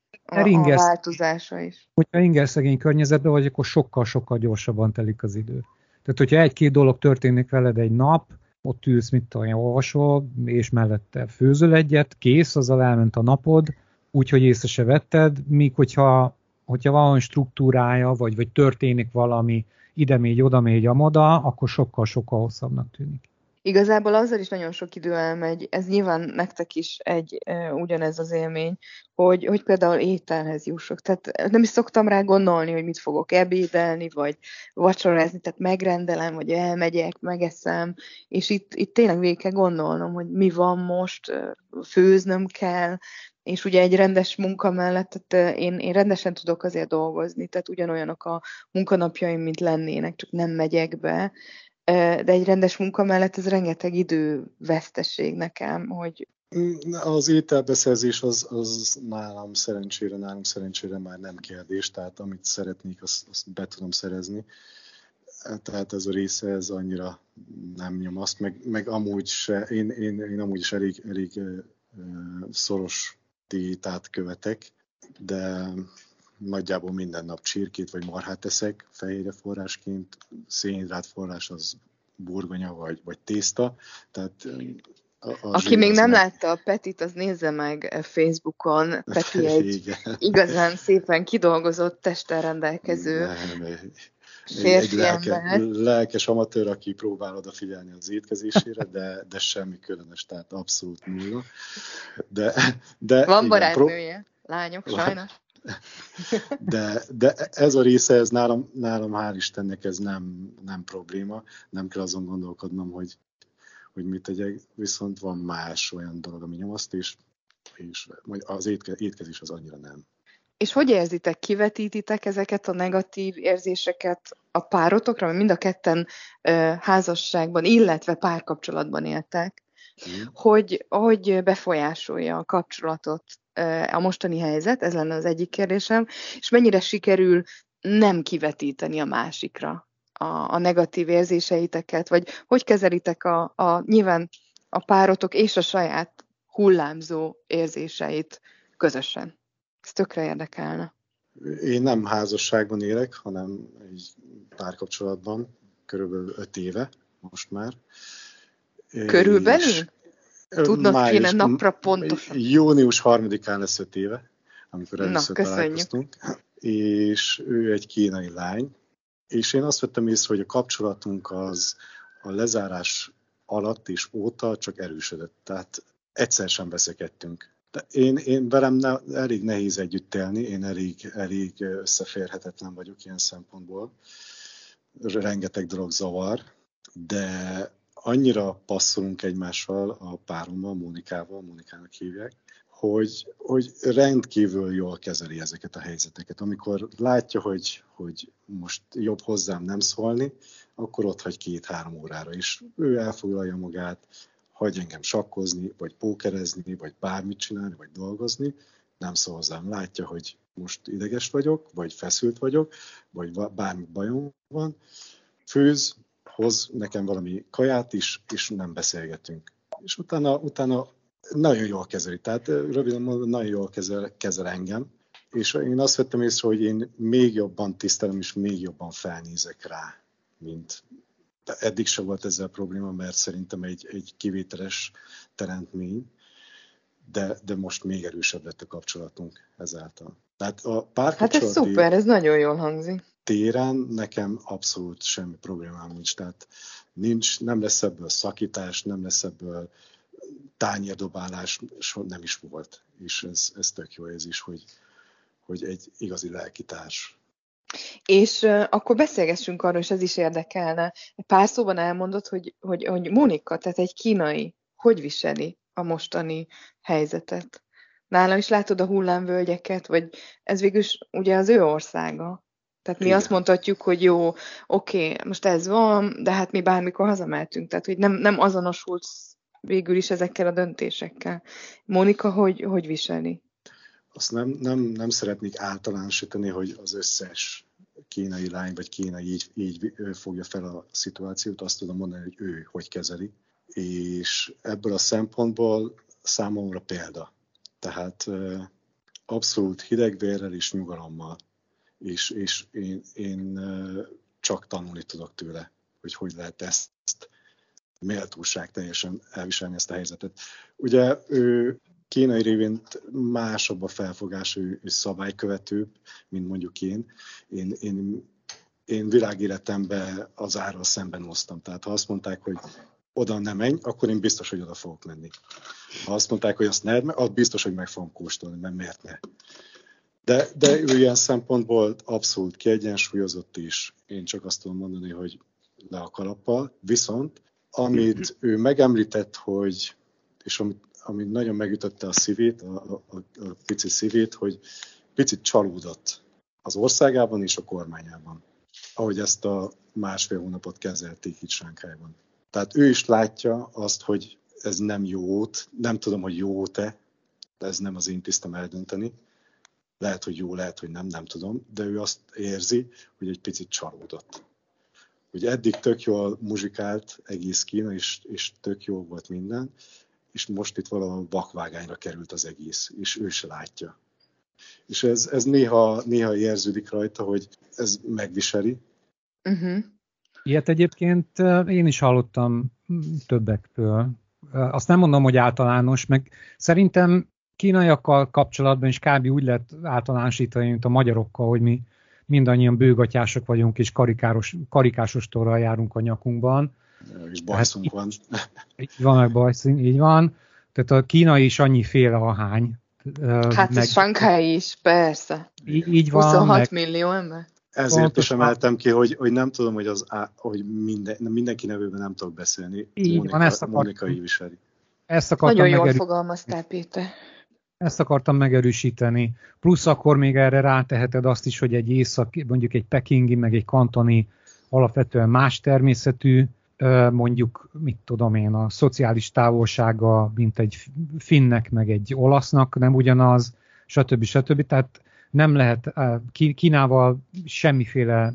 változása is. Hogyha ingerszegény környezetben vagy, akkor sokkal-sokkal gyorsabban telik az idő. Tehát, hogyha egy-két dolog történik veled egy nap, ott ülsz, mit tudom, olvasol, és mellette főzöl egyet, kész, azzal elment a napod, úgyhogy észre se vetted, míg hogyha valami struktúrája, vagy történik valami, ide megy, oda megy, amoda, akkor sokkal-sokkal hosszabbnak tűnik. Igazából azzal is nagyon sok idő elmegy, ez nyilván nektek is ugyanez az élmény, hogy például ételhez jussok. Tehát nem is szoktam rá gondolni, hogy mit fogok ebédelni, vagy vacsorázni, tehát megrendelem, vagy elmegyek, megeszem, és itt tényleg végig kell gondolnom, hogy mi van most, főznöm kell, és ugye egy rendes munka mellett, tehát én rendesen tudok azért dolgozni, tehát ugyanolyanok a munkanapjaim, mint lennének, csak nem megyek be, de egy rendes munka mellett ez rengeteg időveszteség nekem, hogy... Az ételbeszerzés az nálunk szerencsére már nem kérdés, tehát amit szeretnék, azt be tudom szerezni. Tehát ez a része, ez annyira nem nyomaszt, meg amúgy se, én amúgy is elég szoros diétát követek, de nagyjából minden nap csirkét vagy marhát eszek fehérje forrásként, szénhidrát forrás az burgonya vagy tészta. Tehát aki még nem látta a Petit, az nézze meg Facebookon. Peti egy igazán szépen kidolgozott testen rendelkező férfi ember. Egy lelkes amatőr, aki próbál odafigyelni az étkezésére, de semmi különös, tehát abszolút nulla. De van barátnője, lányok, sajnos. De ez a része, ez nálam hál' Istennek ez nem probléma, nem kell azon gondolkodnom, hogy mit tegyek, viszont van más olyan dolog, ami nyomaszt, és az étkezés az annyira nem. És hogy érzitek, kivetítitek ezeket a negatív érzéseket a párotokra, mert mind a ketten házasságban, illetve párkapcsolatban éltek, hogy befolyásolja a kapcsolatot a mostani helyzet, ez lenne az egyik kérdésem, és mennyire sikerül nem kivetíteni a másikra a negatív érzéseiteket, vagy hogy kezelitek nyilván a párotok és a saját hullámzó érzéseit közösen? Ez tökre érdekelne. Én nem házasságban élek, hanem egy párkapcsolatban, körülbelül 5 éve most már. Körülbelül? Tudnod kéne napra pontosan. Június 3-án lesz 5 éve, amikor először találkoztunk. És ő egy kínai lány. És én azt vettem észre, hogy a kapcsolatunk az a lezárás alatt és óta csak erősödött. Tehát egyszer sem veszekedtünk. Én velem elég nehéz együtt élni, én elég összeférhetetlen vagyok ilyen szempontból. Rengeteg dolog zavar, de annyira passzolunk egymással a párommal, Mónikának hívják, hogy rendkívül jól kezeli ezeket a helyzeteket. Amikor látja, hogy most jobb hozzám nem szólni, akkor ott hagy 2-3 órára, és ő elfoglalja magát, hagy engem sakkozni, vagy pókerezni, vagy bármit csinálni, vagy dolgozni, nem szól hozzám. Látja, hogy most ideges vagyok, vagy feszült vagyok, vagy bármi bajom van, főz, hoz nekem valami kaját is, és nem beszélgetünk. És utána nagyon jól kezeli. Tehát röviden mondva, nagyon jól kezel engem. És én azt vettem észre, hogy én még jobban tisztelem, és még jobban felnézek rá, mint... De eddig sem volt ezzel probléma, mert szerintem egy kivételes teremtmény, de most még erősebb lett a kapcsolatunk ezáltal. Tehát a Hát ez szuper, ez nagyon jól hangzik. Téren nekem abszolút semmi problémám nincs. Tehát nem lesz ebből szakítás, nem lesz ebből tányérdobálás, nem is volt. És ez tök jó ez is, hogy egy igazi lelkitárs. És akkor beszélgessünk arról, és ez is érdekelne. Pár szóban elmondod, hogy Monika, tehát egy kínai, hogy viseli a mostani helyzetet? Nála is látod a hullámvölgyeket, vagy ez végülis ugye az ő országa? Tehát mi azt mondhatjuk, hogy jó, oké, most ez van, de hát mi bármikor hazamehetünk. Tehát, hogy nem azonosult végül is ezekkel a döntésekkel. Monika, hogy viseli? Azt nem szeretnék általánosítani, hogy az összes kínai lány vagy kínai így fogja fel a szituációt, azt tudom mondani, hogy ő hogy kezeli. És ebből a szempontból számomra példa. Tehát abszolút hidegvérrel és nyugalommal. És én csak tanulni tudok tőle, hogy lehet ezt méltóság teljesen elviselni ezt a helyzetet. Ugye ő kínai révén másabb a felfogás, ő szabálykövetőbb, mint mondjuk én. Én világéletemben az árral szemben hoztam. Tehát ha azt mondták, hogy oda nem menj, akkor én biztos, hogy oda fogok menni. Ha azt mondták, hogy azt ne edd meg, az biztos, hogy meg fogom kóstolni, mert miért ne. De ő ilyen szempontból abszolút kiegyensúlyozott is. Én csak azt tudom mondani, hogy le a kalappal. Viszont, amit ő megemlített, és amit nagyon megütötte a szívét, a pici szívét, hogy picit csalódott az országában és a kormányában, ahogy ezt a 1,5 hónapot kezelték itt Sánkhájban. Tehát ő is látja azt, hogy ez nem jó út, nem tudom, hogy jó út-e, de ez nem az én tisztem eldönteni. Lehet, hogy jó, lehet, hogy nem tudom, de ő azt érzi, hogy egy picit csalódott. Hogy eddig tök jól muzsikált egész Kína, és tök jó volt minden, és most itt valahol vakvágányra került az egész, és ő se látja. És ez néha érződik rajta, hogy ez megviseli. Uh-huh. Ilyet egyébként én is hallottam többektől. Azt nem mondom, hogy általános, meg szerintem kínaiakkal kapcsolatban is kb. Úgy lehet általánosítani, mint a magyarokkal, hogy mi mindannyian bőgatyások vagyunk, és karikásos torral járunk a nyakunkban. És bajszunk van. Így van, meg bajszunk, így van. Tehát a kínai is annyiféle ahány. Hát a Sanghai is, persze. Így van. 26 millió ember. Ezért is emeltem ki, hogy nem tudom, hogy mindenki nevében nem tudok beszélni. Monika így viseli. Nagyon jól fogalmaztál, Péter. Ezt akartam megerősíteni. Plusz akkor még erre ráteheted azt is, hogy mondjuk egy pekingi, meg egy kantoni alapvetően más természetű, mondjuk, mit tudom én, a szociális távolsága, mint egy finnek, meg egy olasznak nem ugyanaz, stb. Tehát nem lehet Kínában semmiféle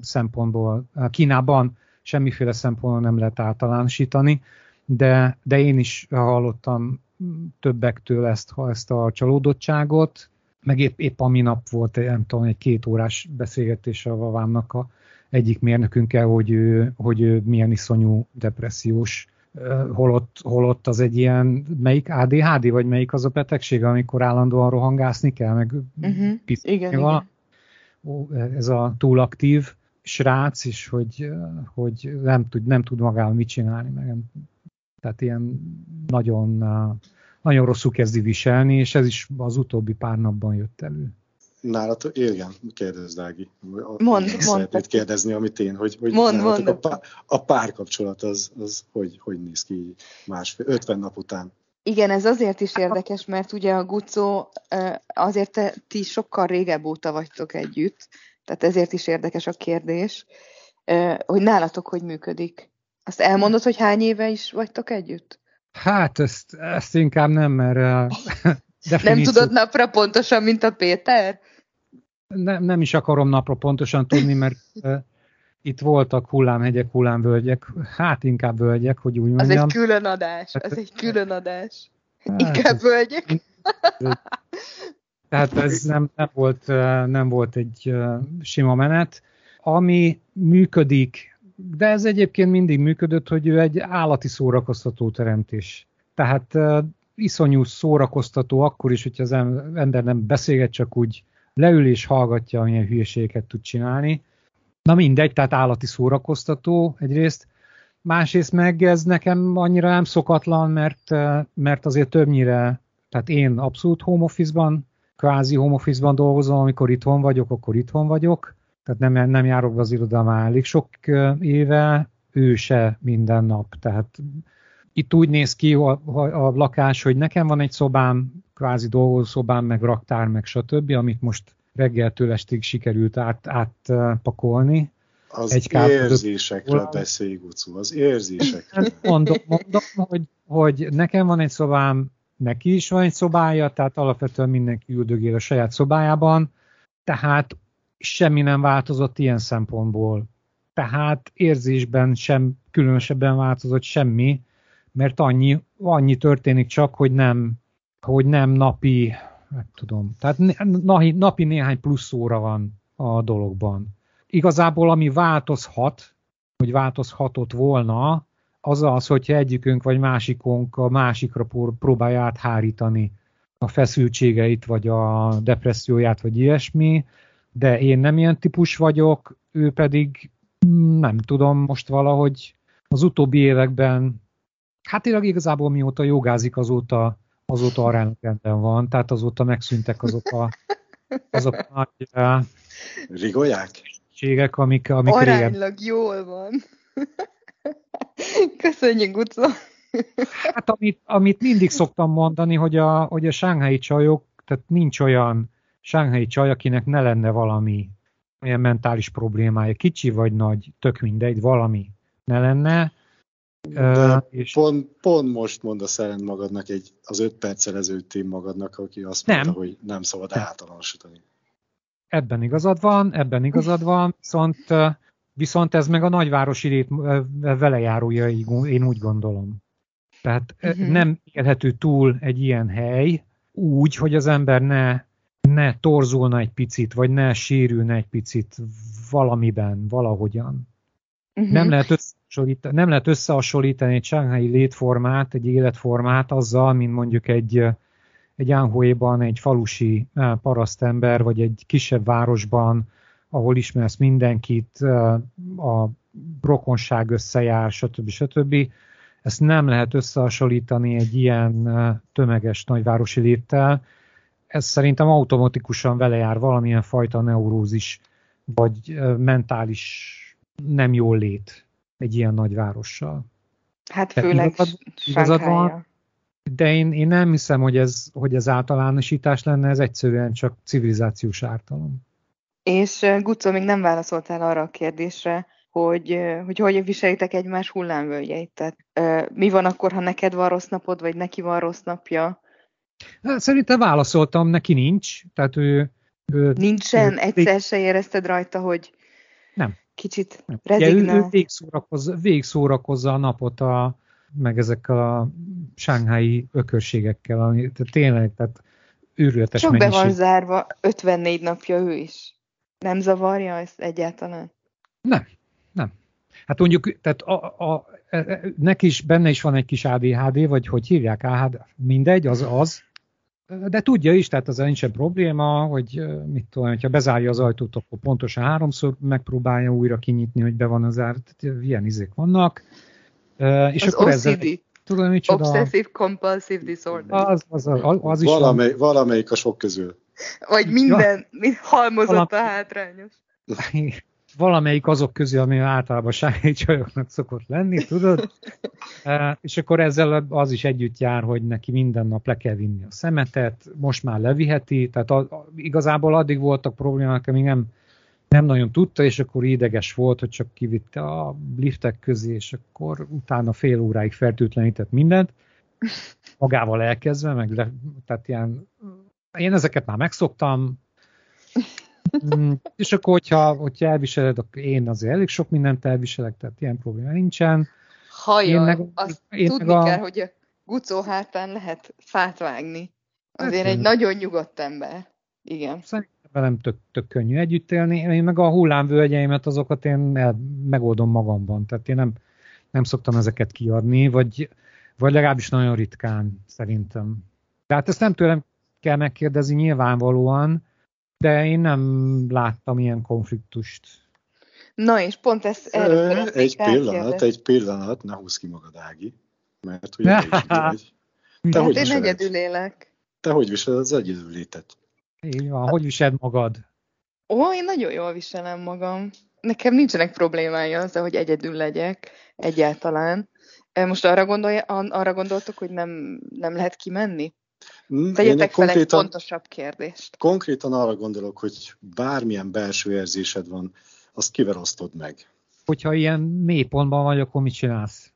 szempontból nem lehet általánosítani, de én is hallottam többektől ezt a csalódottságot, meg épp a minap volt, nem tudom, egy 2 órás beszélgetés a Vavámnak egyik mérnökünkkel, hogy ő milyen iszonyú depressziós, holott az egy ilyen, melyik ADHD, vagy melyik az a betegség, amikor állandóan rohangászni kell, meg igen. Ez a túlaktív srác is, hogy nem tud magával mit csinálni, tehát ilyen nagyon, nagyon rosszul kezdi viselni, és ez is az utóbbi pár napban jött elő. Nálatok, igen, kérdezd, Ági. Mondd. Szeretnéd kérdezni, amit én, hogy a párkapcsolat az hogy néz ki 50 nap után? Igen, ez azért is érdekes, mert ugye a Gucó, azért ti sokkal régebb óta vagytok együtt, tehát ezért is érdekes a kérdés, hogy nálatok hogy működik. Azt elmondod, hogy hány éve is vagytok együtt? Hát, ezt inkább nem, mert... Nem tudod napra pontosan, mint a Péter? Nem is akarom napra pontosan tudni, mert itt voltak hullámhegyek, hullámvölgyek, hát inkább völgyek, hogy úgy mondjam. Az egy külön adás, az egy külön adás. Inkább völgyek. Tehát ez nem volt egy sima menet. Ami működik, de ez egyébként mindig működött, hogy ő egy állati szórakoztató teremtés. Tehát iszonyú szórakoztató akkor is, hogyha az ember nem beszélget, csak úgy leül és hallgatja, amilyen hülyeségeket tud csinálni. Na mindegy, tehát állati szórakoztató egyrészt. Másrészt meg ez nekem annyira nem szokatlan, mert azért többnyire, tehát én abszolút home office-ban, kvázi home office-ban dolgozom, amikor itthon vagyok, akkor itthon vagyok. Tehát nem járok be az iroda már elég sok éve, ő se minden nap. Tehát itt úgy néz ki a lakás, hogy nekem van egy szobám, kvázi dolgozószobám, meg raktár, meg stb., amit most reggeltől estig sikerült átpakolni. Az érzésekről beszélj, Gucu, az érzésekről. Mondom, hogy nekem van egy szobám, neki is van egy szobája, tehát alapvetően mindenki üldögél a saját szobájában, tehát semmi nem változott ilyen szempontból. Tehát érzésben sem különösebben változott semmi, mert annyi történik csak, hogy nem napi, nem tudom, tehát napi néhány plusz óra van a dologban. Igazából ami változhatott volna, az, hogyha egyikünk vagy másikunk a másikra próbálja áthárítani a feszültségeit, vagy a depresszióját, vagy ilyesmi, de én nem ilyen típus vagyok, ő pedig nem tudom, most valahogy az utóbbi években, hát tényleg igazából mióta jogázik, azóta aránylag rendben van, tehát azóta megszűntek azok a nagy rigolyák? Amik aránylag régen... jól van. Köszönjük, Guco. Hát amit mindig szoktam mondani, hogy a shanghai csajok, tehát nincs olyan shanghai csaj, akinek ne lenne valami olyan mentális problémája, kicsi vagy nagy, tök mindegy, valami ne lenne. És pont most mondasz ellent magadnak az 5 perccel ezelőtt magadnak, aki azt mondta, hogy nem szabad általánosítani. Ebben igazad van, viszont ez meg a nagyvárosi lét velejárója, én úgy gondolom. Tehát nem élhető túl egy ilyen hely úgy, hogy az ember ne torzulna egy picit, vagy ne sérülne egy picit valamiben, valahogyan. Nem lehet összehasonlítani egy shanghai létformát, egy életformát azzal, mint mondjuk egy Anhui-ban egy falusi parasztember, vagy egy kisebb városban, ahol ismersz mindenkit, a rokonság összejár, stb. Ezt nem lehet összehasonlítani egy ilyen tömeges nagyvárosi léttel. Ez szerintem automatikusan vele jár valamilyen fajta neurózis, vagy mentális nem jól lét egy ilyen nagyvárossal. Hát főleg Shanghai-ja. De én nem hiszem, hogy ez általánosítás lenne, ez egyszerűen csak civilizációs ártalom. És Guco, még nem válaszoltál arra a kérdésre, hogy viselitek egymás hullámvölgyeit. Tehát mi van akkor, ha neked van rossz napod, vagy neki van rossz napja? Szerintem válaszoltam, neki nincs. Tehát ő nincsen? Egyszer se érezted rajta, hogy nem. Kicsit rezignál? Ő végszórakozza a napot meg ezek a shanghai ökörségekkel, ami tényleg, tehát őrületes csak mennyiség. Be van zárva 54 napja ő is. Nem zavarja ezt egyáltalán? Nem. Hát mondjuk, tehát neki is benne is van egy kis ADHD, vagy hogy hívják, ADHD, mindegy, az. De tudja is, tehát az nincsen probléma, hogy mit tudom, hogyha bezárja az ajtót, akkor pontosan 3-szor megpróbálja újra kinyitni, hogy be van az zárt, ilyen izék vannak. És az akkor OCD. ezzel, tudom, micsoda, Obsessive Compulsive Disorder. Az is valamelyik a sok közül. Vagy minden halmozott a hátrányos. Valamelyik azok közül, ami általában shanghai csajoknak szokott lenni, tudod? És akkor ezzel az is együtt jár, hogy neki minden nap le kell vinni a szemetet, most már leviheti, tehát igazából addig voltak problémák, amíg nem nagyon tudta, és akkor ideges volt, hogy csak kivitte a liftek közé, és akkor utána fél óráig fertőtlenített mindent, magával elkezdve, tehát ilyen, én ezeket már megszoktam, És akkor, hogyha elviseled, akkor én azért elég sok mindent elviselek, tehát ilyen probléma nincsen. Hajjaj, azt tudni kell, hogy a Gucó hátán lehet fát vágni. Azért egy nagyon nyugodt ember. Igen. Szerintem velem tök könnyű együtt élni. Én meg a hullámvölgyeimet, azokat én megoldom magamban. Tehát én nem szoktam ezeket kiadni, vagy legalábbis nagyon ritkán szerintem. Tehát ezt nem tőlem kell megkérdezni nyilvánvalóan, de én nem láttam ilyen konfliktust. Na és pont ezt erre egy pillanat, ne húzz ki magad, Ági, mert ugye te is vagy. Te hát én egyedül élek. Te hogy viseled az egyedüllétet? Így van, hogy viseled magad? Én nagyon jól viselem magam. Nekem nincsenek problémája azzal, hogy egyedül legyek egyáltalán. Most arra gondoltok, hogy nem lehet kimenni? Tegyetek fel egy pontosabb kérdést. Konkrétan arra gondolok, hogy bármilyen belső érzésed van, azt kivel osztod meg? Hogyha ilyen mélypontban vagy, akkor mit csinálsz?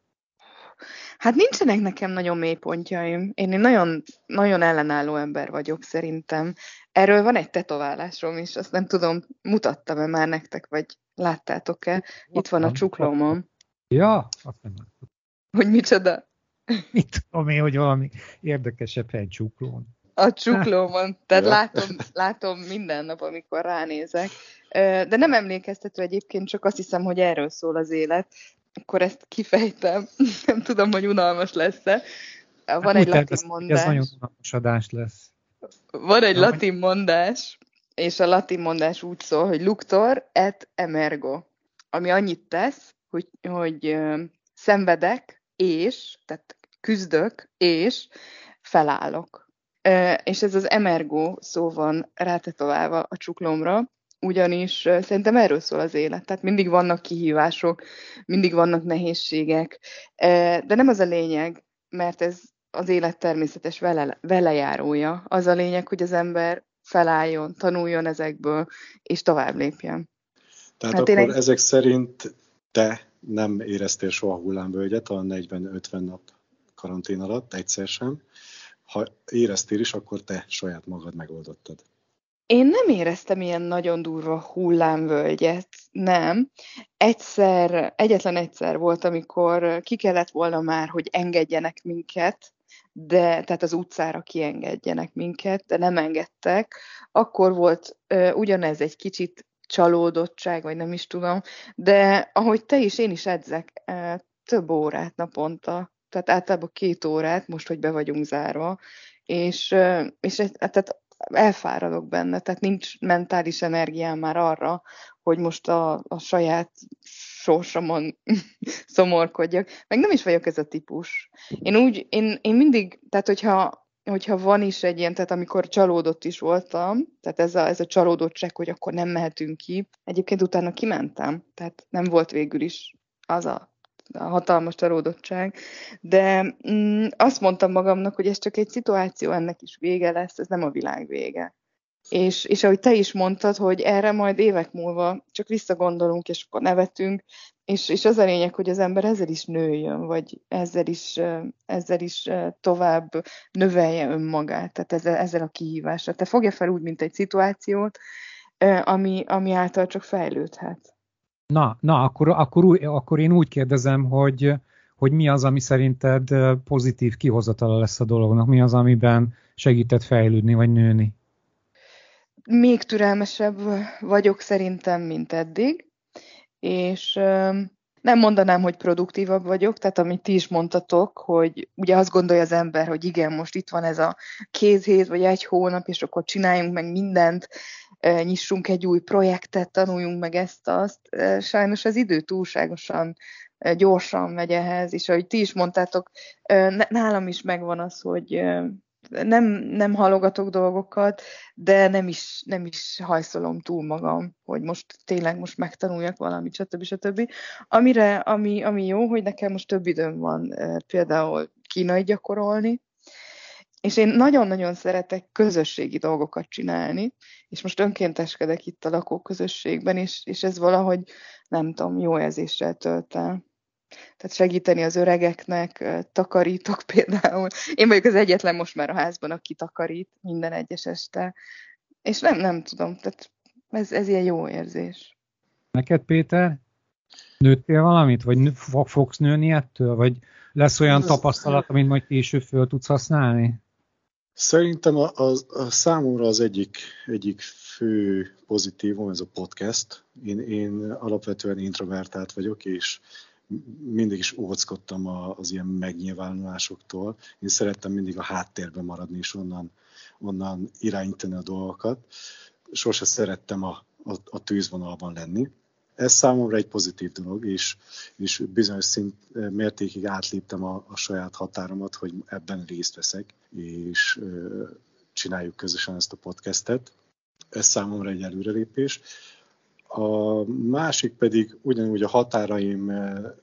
Hát nincsenek nekem nagyon mélypontjaim. Én nagyon, nagyon ellenálló ember vagyok szerintem. Erről van egy tetoválásom is, azt nem tudom, mutattam-e már nektek, vagy láttátok-e? Itt van a csuklómon. Ja, azt nem láttam. Hogy micsoda? Mit tudom én, hogy valami érdekesebb hely csuklón. A csuklómon. Tehát látom minden nap, amikor ránézek. De nem emlékeztető egyébként, csak azt hiszem, hogy erről szól az élet. Akkor ezt kifejtem. Nem tudom, hogy unalmas lesz-e. Van egy latin mondás. Ez nagyon unalmas adás lesz. Van egy latin mondás, és a latin mondás úgy szól, hogy luctor et emergo. Ami annyit tesz, hogy szenvedek, tehát küzdök, és felállok. És ez az emergo szó van rátetoválva a csuklomra, ugyanis szerintem erről szól az élet. Tehát mindig vannak kihívások, mindig vannak nehézségek, de nem az a lényeg, mert ez az élet természetes velejárója. Az a lényeg, hogy az ember felálljon, tanuljon ezekből, és tovább lépjen. Tehát hát akkor ezek szerint te nem éreztél soha hullámvölgyet a 40-50 nap karantén alatt, egyszer sem. Ha éreztél is, akkor te saját magad megoldottad. Én nem éreztem ilyen nagyon durva hullámvölgyet, nem. Egyetlen egyszer volt, amikor ki kellett volna már, hogy engedjenek minket, tehát az utcára kiengedjenek minket, de nem engedtek. Akkor volt ugyanez egy kicsit csalódottság, vagy nem is tudom, de ahogy te is, én is edzek több órát naponta, tehát általában 2 órát, most, hogy be vagyunk zárva, és tehát elfáradok benne, tehát nincs mentális energiám már arra, hogy most a saját sorsomon szomorkodjak. Meg nem is vagyok ez a típus. Én mindig, tehát hogyha van is egy ilyen, tehát amikor csalódott is voltam, tehát ez a csalódottság, hogy akkor nem mehetünk ki, egyébként utána kimentem, tehát nem volt végül is az a hatalmas csalódottság, de azt mondtam magamnak, hogy ez csak egy szituáció, ennek is vége lesz, ez nem a világ vége. És ahogy te is mondtad, hogy erre majd évek múlva csak visszagondolunk, és akkor nevetünk, és az a lényeg, hogy az ember ezzel is nőjön, vagy ezzel is tovább növelje önmagát, tehát ezzel a kihívással. Te fogja fel úgy, mint egy szituációt, ami által csak fejlődhet. Na, akkor én úgy kérdezem, hogy mi az, ami szerinted pozitív kihozatala lesz a dolognak, mi az, amiben segített fejlődni, vagy nőni? Még türelmesebb vagyok szerintem, mint eddig, és nem mondanám, hogy produktívabb vagyok, tehát amit ti is mondtatok, hogy ugye azt gondolja az ember, hogy igen, most itt van ez a 2 hét, vagy 1 hónap, és akkor csináljunk meg mindent, nyissunk egy új projektet, tanuljunk meg ezt-azt. Sajnos az idő túlságosan gyorsan megy ehhez, és ahogy ti is mondtátok, nálam is megvan az, hogy nem halogatok dolgokat, de nem is hajszolom túl magam, hogy most megtanuljak valamit, stb. Ami jó, hogy nekem most több időm van például kínai gyakorolni, és én nagyon-nagyon szeretek közösségi dolgokat csinálni, és most önkénteskedek itt a lakóközösségben, és ez valahogy, nem tudom, jó érzéssel tölt el. Tehát segíteni az öregeknek, takarítok például. Én vagyok az egyetlen most már a házban, aki takarít minden egyes este. És nem tudom, tehát Ez ilyen jó érzés. Neked, Péter? Nőttél valamit? Vagy fogsz nőni ettől? Vagy lesz olyan tapasztalat, amit majd később föl tudsz használni? Szerintem a számomra az egyik fő pozitívum ez a podcast. Én alapvetően introvertált vagyok, és mindig is óckodtam az ilyen megnyilvánulásoktól. Én szerettem mindig a háttérben maradni, és onnan irányítani a dolgokat. Sose szerettem a tűzvonalban lenni. Ez számomra egy pozitív dolog, és bizonyos mértékig átléptem a saját határomat, hogy ebben részt veszek, és csináljuk közösen ezt a podcastet. Ez számomra egy előrelépés. A másik pedig ugyanúgy a határaim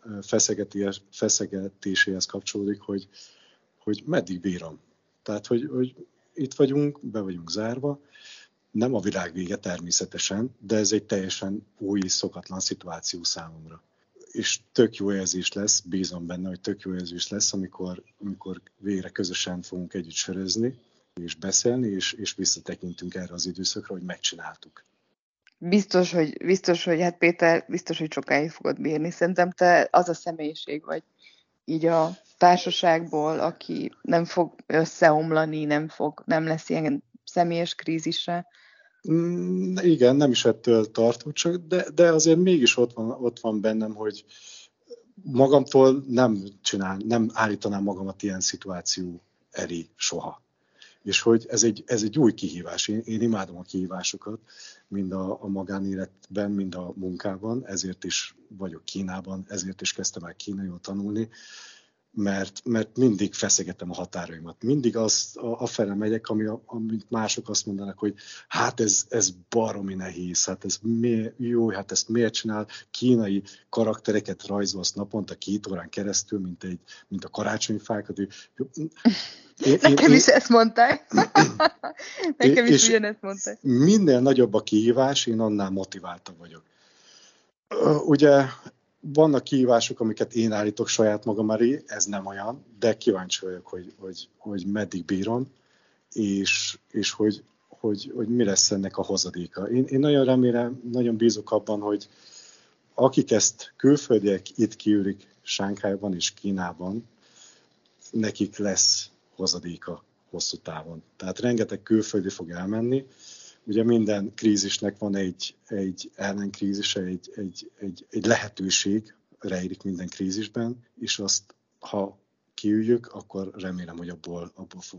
feszegetéséhez kapcsolódik, hogy meddig bírom. Tehát, hogy itt vagyunk, be vagyunk zárva, nem a világ vége természetesen, de ez egy teljesen új, szokatlan szituáció számomra. És tök jó érzés lesz, bízom benne, hogy tök jó érzés lesz, amikor végre közösen fogunk együtt sörözni, és beszélni, és visszatekintünk erre az időszakra, hogy megcsináltuk. Biztos, hogy hát Péter, biztos, hogy sokáig fogod bírni. Szerintem te az a személyiség vagy így a társaságból, aki nem fog összeomlani, nem lesz ilyen személyes krízisre. Igen, nem is ettől tartok, de azért mégis ott van bennem, hogy magamtól nem állítanám magamat ilyen szituáció elé soha. És hogy ez egy új kihívás. Én imádom a kihívásokat, mind a magánéletben, mind a munkában, ezért is vagyok Kínában, ezért is kezdtem el kínaiul tanulni, mert mindig feszegetem a határaimat. Mindig afele megyek, amit mások azt mondanak, hogy hát ez baromi nehéz, hát ez jó, hát ezt miért csinál? Kínai karaktereket rajzolsz naponta 2 órán keresztül, mint a karácsonyfákat. Nekem is ezt mondták. Nekem is ugyanezt mondták. Minél nagyobb a kihívás, én annál motiváltabb vagyok. Ugye vannak kihívások, amiket én állítok saját magam elé, ez nem olyan, de kíváncsi vagyok, hogy meddig bírom, és hogy mi lesz ennek a hozadéka. Én nagyon remélem, nagyon bízok abban, hogy akik ezt külföldiek itt kiülik Sánkhájban és Kínában, nekik lesz hozadéka hosszú távon. Tehát rengeteg külföldi fog elmenni. Ugye minden krízisnek van egy ellenkrízise, egy lehetőség rejlik minden krízisben, és azt, ha kiüljük, akkor remélem, hogy abból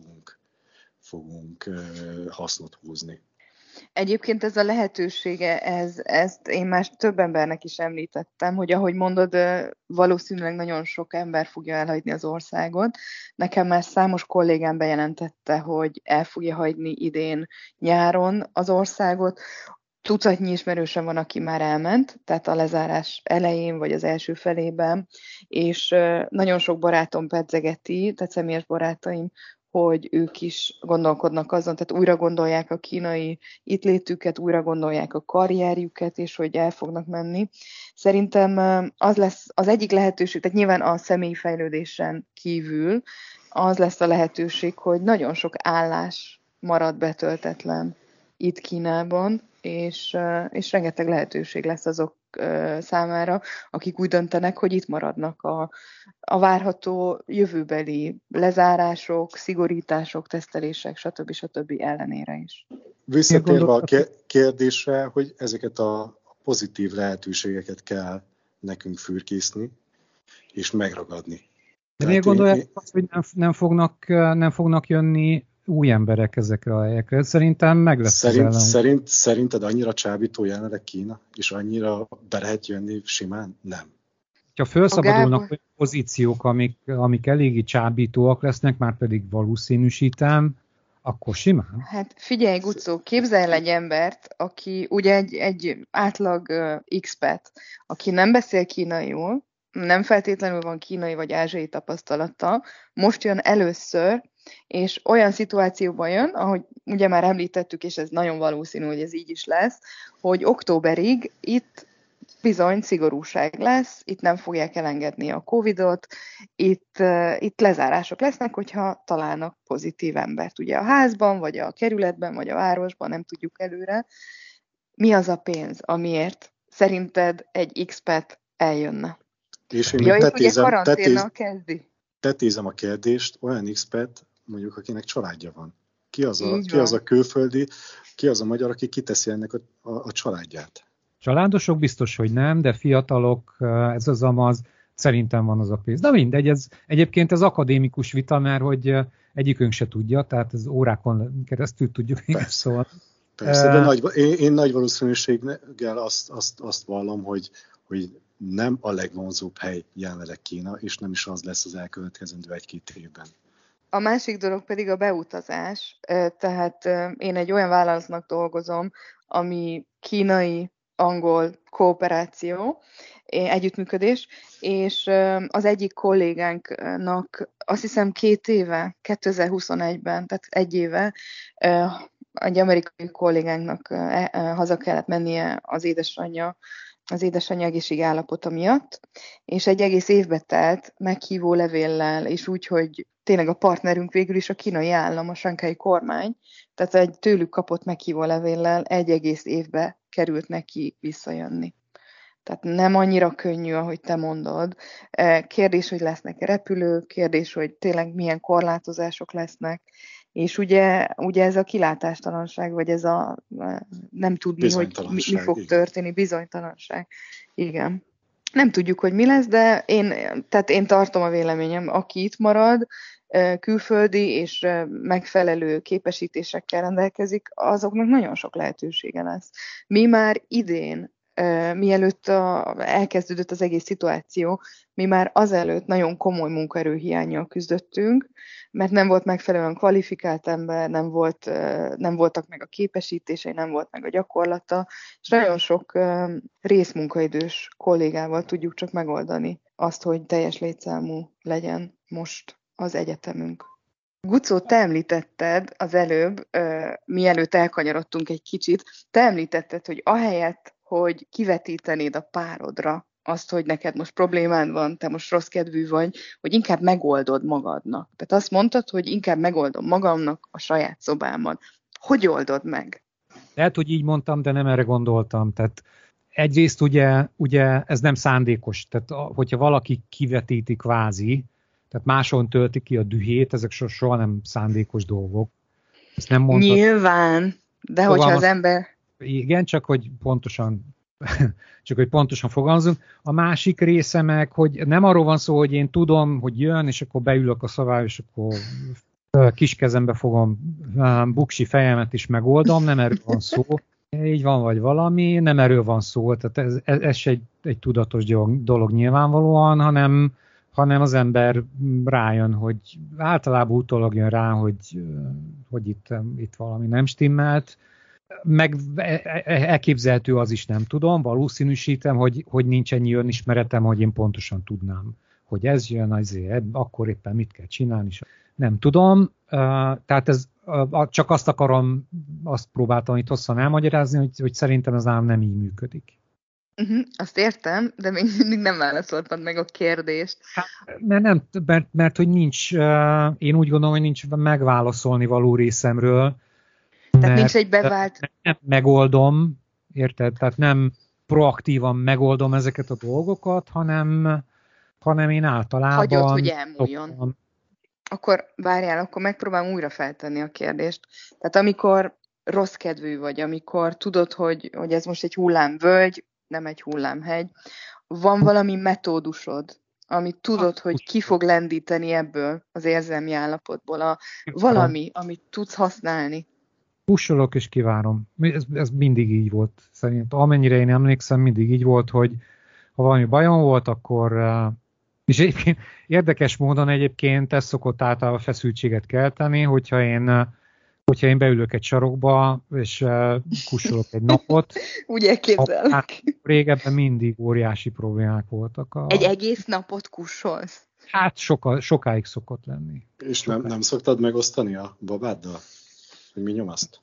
fogunk hasznot húzni. Egyébként ez a lehetősége, ezt én már több embernek is említettem, hogy ahogy mondod, valószínűleg nagyon sok ember fogja elhagyni az országot. Nekem már számos kollégám bejelentette, hogy el fogja hagyni idén nyáron az országot. Tucatnyi ismerősöm van, aki már elment, tehát a lezárás elején vagy az első felében, és nagyon sok barátom pedzegeti, tehát személyes barátaim, hogy ők is gondolkodnak azon, tehát újra gondolják a kínai itt létüket, újra gondolják a karrierjüket, és hogy el fognak menni. Szerintem az lesz az egyik lehetőség, tehát nyilván a személyi fejlődésen kívül az lesz a lehetőség, hogy nagyon sok állás marad betöltetlen itt Kínában, és rengeteg lehetőség lesz azok számára, akik úgy döntenek, hogy itt maradnak a várható jövőbeli lezárások, szigorítások, tesztelések, stb. Ellenére is. Visszatérve a kérdésre, hogy ezeket a pozitív lehetőségeket kell nekünk fürkészni, és megragadni. De miért gondolják azt, hogy nem fognak jönni új emberek ezekre a helyekre? Szerintem meg lesz Szerinted annyira csábító jelenleg Kína, és annyira be lehet jönni simán? Nem. Ha felszabadulnak olyan pozíciók, amik eléggé csábítóak lesznek, már pedig valószínűsítem, akkor simán. Hát figyelj, Gucó, képzelj el egy embert, aki ugye egy átlag expat, aki nem beszél kínaiul, nem feltétlenül van kínai vagy ázsiai tapasztalata, most jön először, és olyan szituációban jön, ahogy ugye már említettük, és ez nagyon valószínű, hogy ez így is lesz, hogy októberig itt bizony szigorúság lesz, itt nem fogják elengedni a Covid-ot, itt lezárások lesznek, hogyha találnak pozitív embert. Ugye a házban, vagy a kerületben, vagy a városban, nem tudjuk előre. mi az a pénz, amiért szerinted egy expat eljönne? És én karanténnal kezdi. Tetézem a kérdést, olyan expat, mondjuk, akinek családja van. Ki az a külföldi, ki az a magyar, aki kiteszi ennek a családját? Családosok biztos, hogy nem, de fiatalok, ez az amaz, szerintem van az a pénz. De mindegy, egyébként ez akadémikus vita, mert hogy egyikünk se tudja, tehát ez órákon keresztül tudjuk. Szóval. Persze, de én nagy valószínűséggel azt vallom, hogy nem a legvonzóbb hely jelenleg Kína, és nem is az lesz az elkövetkezendő 1-2 évben. A másik dolog pedig a beutazás. Tehát én egy olyan vállalatnak dolgozom, ami kínai-angol kooperáció, együttműködés, és az egyik kollégánknak azt hiszem 2 éve, 2021-ben, tehát 1 éve egy amerikai kollégánknak haza kellett mennie az édesanyja egészségi állapota miatt, és egy egész évbe telt meghívó levéllel, és úgy, hogy tényleg a partnerünk végül is a kínai állam, a sanghái kormány, tehát egy tőlük kapott meghívó levéllel egy egész évbe került neki visszajönni. Tehát nem annyira könnyű, ahogy te mondod. Kérdés, hogy lesznek repülők, kérdés, hogy tényleg milyen korlátozások lesznek, és ugye ez a kilátástalanság, vagy ez a nem tudni, hogy mi fog történni, bizonytalanság. Igen. Nem tudjuk, hogy mi lesz, de én tartom a véleményem, aki itt marad, külföldi és megfelelő képesítésekkel rendelkezik, azoknak nagyon sok lehetősége lesz. Mi már idén, mielőtt elkezdődött az egész szituáció, mi már azelőtt nagyon komoly munkaerőhiánnyal küzdöttünk, mert nem volt megfelelően kvalifikált ember, nem voltak meg a képesítései, nem volt meg a gyakorlata, és nagyon sok részmunkaidős kollégával tudjuk csak megoldani azt, hogy teljes létszámú legyen most az egyetemünk. Gucó, te említetted az előbb, mielőtt elkanyarodtunk egy kicsit, te említetted, hogy ahelyett, hogy kivetítenéd a párodra azt, hogy neked most problémád van, te most rossz kedvű vagy, hogy inkább megoldod magadnak. Tehát azt mondtad, hogy inkább megoldom magamnak a saját szobámban. Hogy oldod meg? Lehet, hogy így mondtam, de nem erre gondoltam. Tehát egyrészt ugye ez nem szándékos. Tehát hogyha valaki kivetíti kvázi, tehát máson tölti ki a dühét, ezek soha nem szándékos dolgok. Ezt nem mondtad. Nyilván, de hogyha az ember... Igen, csak hogy pontosan fogalmazunk. A másik része meg, hogy nem arról van szó, hogy én tudom, hogy jön, és akkor beülök a szavába, és akkor kis kezembe fogom buksi fejemet is megoldom, nem erről van szó. Így van, vagy valami, nem erről van szó. Tehát ez se egy tudatos dolog nyilvánvalóan, hanem az ember rájön, hogy általában utólag jön rá, hogy itt valami nem stimmelt, meg elképzelhető az is, nem tudom, valószínűsítem, hogy nincs ennyi önismeretem, hogy én pontosan tudnám, hogy ez jön, azért, akkor éppen mit kell csinálni, nem tudom, tehát csak azt próbáltam itt hosszan elmagyarázni, hogy szerintem ez nálam nem így működik. Azt értem, de még mindig nem válaszoltad meg a kérdést. Mert hogy nincs, én úgy gondolom, hogy nincs megválaszolni való részemről. Tehát nincs egy bevált... Nem megoldom, érted? Tehát nem proaktívan megoldom ezeket a dolgokat, hanem én általában... Hagyod, hogy elmúljon. Akkor várjál, akkor megpróbálom újra feltenni a kérdést. Tehát amikor rossz kedvű vagy, amikor tudod, hogy ez most egy hullámvölgy, nem egy hullámhegy, van valami metódusod, amit tudod, hogy ki fog lendíteni ebből az érzelmi állapotból, valami, amit tudsz használni. Pussolok és kivárom. Ez mindig így volt. Szerintem, amennyire én emlékszem, mindig így volt, hogy ha valami bajom volt, akkor... És egyébként érdekes módon egyébként ez szokott általában feszültséget kelteni, hogyha én beülök egy sarokba, és kussolok egy napot. Úgy elképzelek. Régebben mindig óriási problémák voltak. Egy egész napot kussolsz? Hát sokáig szokott lenni. És nem szoktad megosztani a babáddal? Hogy mi nyomaszt?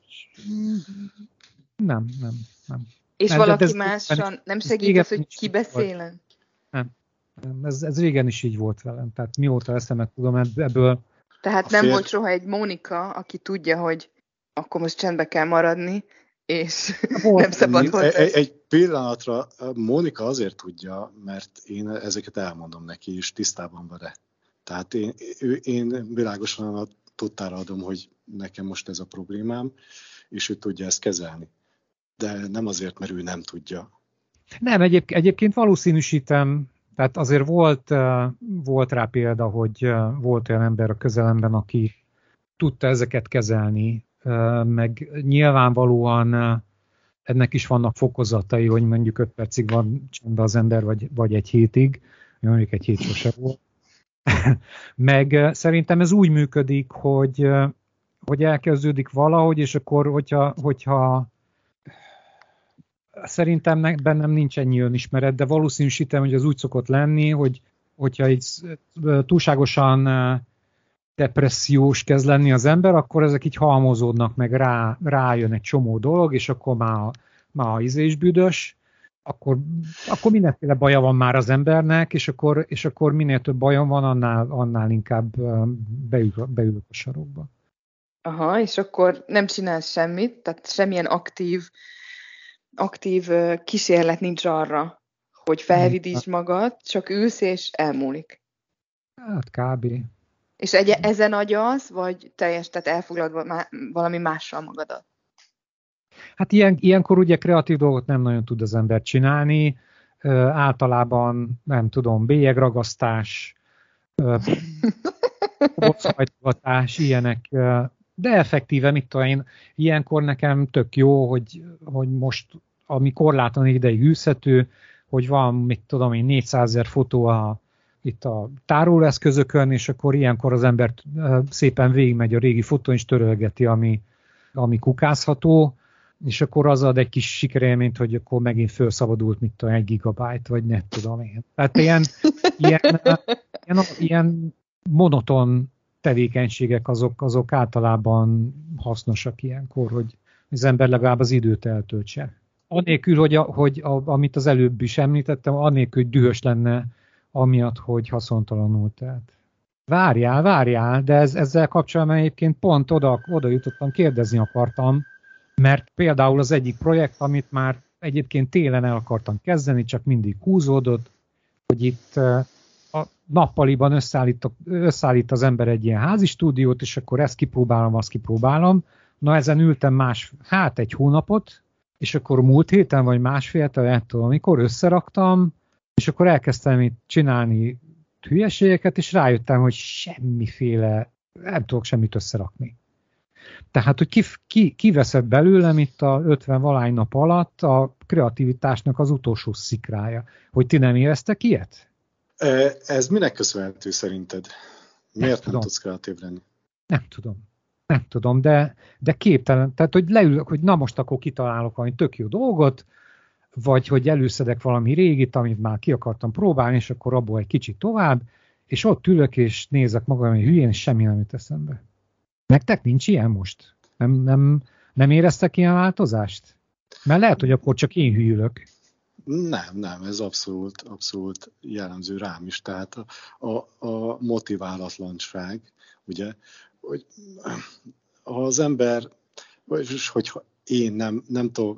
Nem. És nem, valaki mással nem segítesz, hogy kibeszélen? Nem. Ez régen is így volt velem. Tehát mióta eszemet tudom ebből... Tehát nem volt soha egy Mónika, aki tudja, hogy akkor most csendbe kell maradni, és nem szabad hozzá. Egy pillanatra Mónika azért tudja, mert én ezeket elmondom neki, és tisztában vele. Tehát én világosan a tudtára adom, hogy nekem most ez a problémám, és ő tudja ezt kezelni. De nem azért, mert ő nem tudja. Nem, egyébként valószínűsítem, tehát azért volt rá példa, hogy volt olyan ember a közelemben, aki tudta ezeket kezelni, meg nyilvánvalóan ennek is vannak fokozatai, hogy mondjuk 5 percig van csendben az ember, vagy egy hétig, mondjuk egy hét sose volt. Meg szerintem ez úgy működik, hogy elkezdődik valahogy, és akkor, hogyha szerintem bennem nincs ennyi önismeret, de valószínűsítem, hogy az úgy szokott lenni, hogyha így túlságosan depressziós kezd lenni az ember, akkor ezek így halmozódnak, meg rájön egy csomó dolog, és akkor már is büdös, akkor mindenféle baja van már az embernek, és akkor minél több bajom van, annál inkább beülök a sarokba. Aha, és akkor nem csinálsz semmit, tehát semmilyen aktív kísérlet nincs arra, hogy felvidítsd magad, csak ülsz és elmúlik. Hát kb. És ezen agyalsz, vagy tehát elfoglalod valami mással magadat? Hát ilyenkor ugye kreatív dolgot nem nagyon tud az ember csinálni. Általában, nem tudom, bélyegragasztás, hajtogatás, ilyenek. De effektíve, mit tudom én, ilyenkor nekem tök jó, hogy most, ami korlátlan ideig űzhető, hogy van, mit tudom én, 400 000 fotó itt a tárolóeszközökön, és akkor ilyenkor az ember szépen végigmegy a régi fotón, és törölgeti, ami kukázható, és akkor az ad egy kis sikerélményt, hogy akkor megint felszabadult, mit tudom, 1 gigabyte, vagy nem tudom én. Tehát ilyen monoton tevékenységek azok általában hasznosak ilyenkor, hogy az ember legalább az időt eltöltse. Annélkül, hogy amit az előbb is említettem, annélkül, hogy dühös lenne amiatt, hogy haszontalanul telt. Várjál, de ezzel kapcsolatban egyébként pont oda jutottam, kérdezni akartam, mert például az egyik projekt, amit már egyébként télen el akartam kezdeni, csak mindig húzódott, hogy itt a nappaliban összeállít az ember egy ilyen házi stúdiót, és akkor ezt kipróbálom, azt kipróbálom. Na ezen ültem egy hónapot, és akkor múlt héten, vagy másféltől, nem tudom, amikor összeraktam, és akkor elkezdtem itt csinálni hülyeségeket, és rájöttem, hogy nem tudok semmit összerakni. Tehát, hogy kiveszed belőlem itt a 50-valány nap alatt a kreativitásnak az utolsó szikrája. Hogy ti nem éreztek ilyet? Ez minek köszönhető szerinted? Miért nem tudsz kreatív lenni? Nem tudom, de képtelen. Tehát, hogy leülök, hogy na most akkor kitalálok valami tök jó dolgot, vagy hogy előszedek valami régit, amit már ki akartam próbálni, és akkor abból egy kicsit tovább, és ott ülök, és nézek magam, hogy hülyén, és semmi nem jut eszembe. Nektek nincs ilyen most? Nem éreztek ilyen változást? Mert lehet, hogy akkor csak én hülyülök. Nem, ez abszolút jellemző rám is. Tehát a motiválatlanság, ugye, hogy ha az ember, vagyis hogyha én nem tudok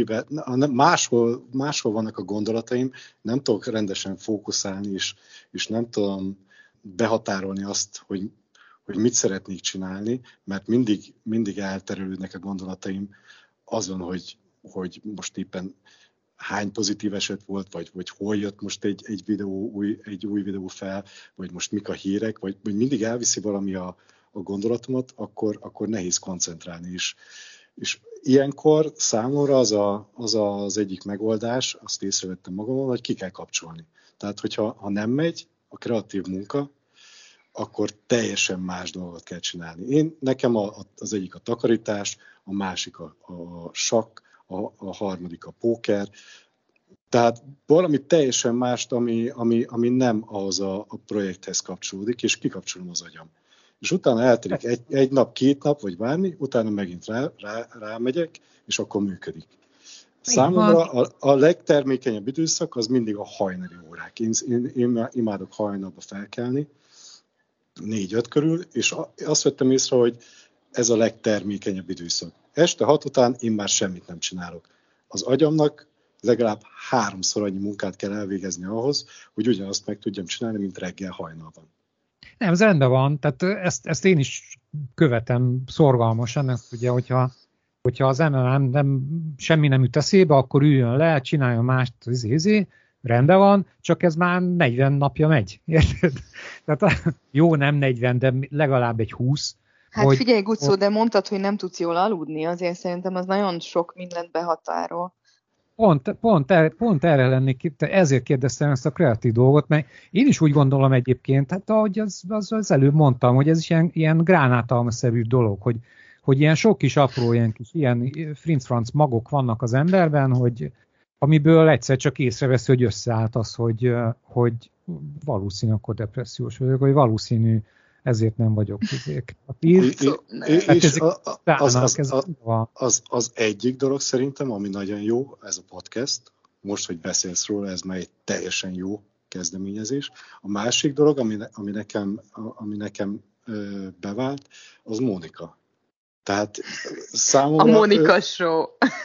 máshol vannak a gondolataim, nem tudok rendesen fókuszálni, és nem tudom behatárolni azt, hogy mit szeretnék csinálni, mert mindig elterelődnek a gondolataim azon, hogy most éppen hány pozitív eset volt, vagy hol jött most egy új videó fel, vagy most mik a hírek, vagy mindig elviszi valami a gondolatomat, akkor nehéz koncentrálni is. És ilyenkor számomra az egyik megoldás, azt észrevettem magamon, hogy ki kell kapcsolni. Tehát, hogyha nem megy a kreatív munka, akkor teljesen más dolgot kell csinálni. Nekem az egyik a takarítás, a másik a sakk, a harmadik a póker. Tehát valami teljesen mást, ami nem ahhoz a projekthez kapcsolódik, és kikapcsolom az agyam. És utána eltelik egy nap, 2 nap, vagy bármi, utána megint rámegyek, és akkor működik. Számomra a legtermékenyebb időszak az mindig a hajnali órák. Én imádok hajnalba felkelni, 4-5 körül, és azt vettem észre, hogy ez a legtermékenyebb időszak. Este 6 után én már semmit nem csinálok. Az agyamnak legalább 3-szor annyi munkát kell elvégezni ahhoz, hogy ugyanazt meg tudjam csinálni, mint reggel hajnalban. Nem, ez rendben van, tehát ezt én is követem szorgalmasan, ezt ugye, hogyha az ember semmi nem jut eszébe, akkor üljön le, csináljon mást, rendben van, csak ez már 40 napja megy, érted? Tehát jó, nem 40, de legalább egy 20. Hát figyelj, Gucó, de mondtad, hogy nem tudsz jól aludni, azért szerintem az nagyon sok mindent behatárol. Pont erre lennék, ezért kérdeztem ezt a kreatív dolgot, mert én is úgy gondolom egyébként, hát ahogy az előbb mondtam, hogy ez is ilyen gránátalmaszerű dolog, hogy ilyen sok kis apró, ilyen frinc-franc magok vannak az emberben, hogy amiből egyszer csak észreveszi, hogy összeállt az, hogy valószínű akkor depressziós vagyok, vagy valószínű ezért nem vagyok az egyik dolog szerintem, ami nagyon jó, ez a podcast, most, hogy beszélsz róla, ez már egy teljesen jó kezdeményezés. A másik dolog, ami nekem bevált, az Mónika. Tehát számomra... A Mónika show.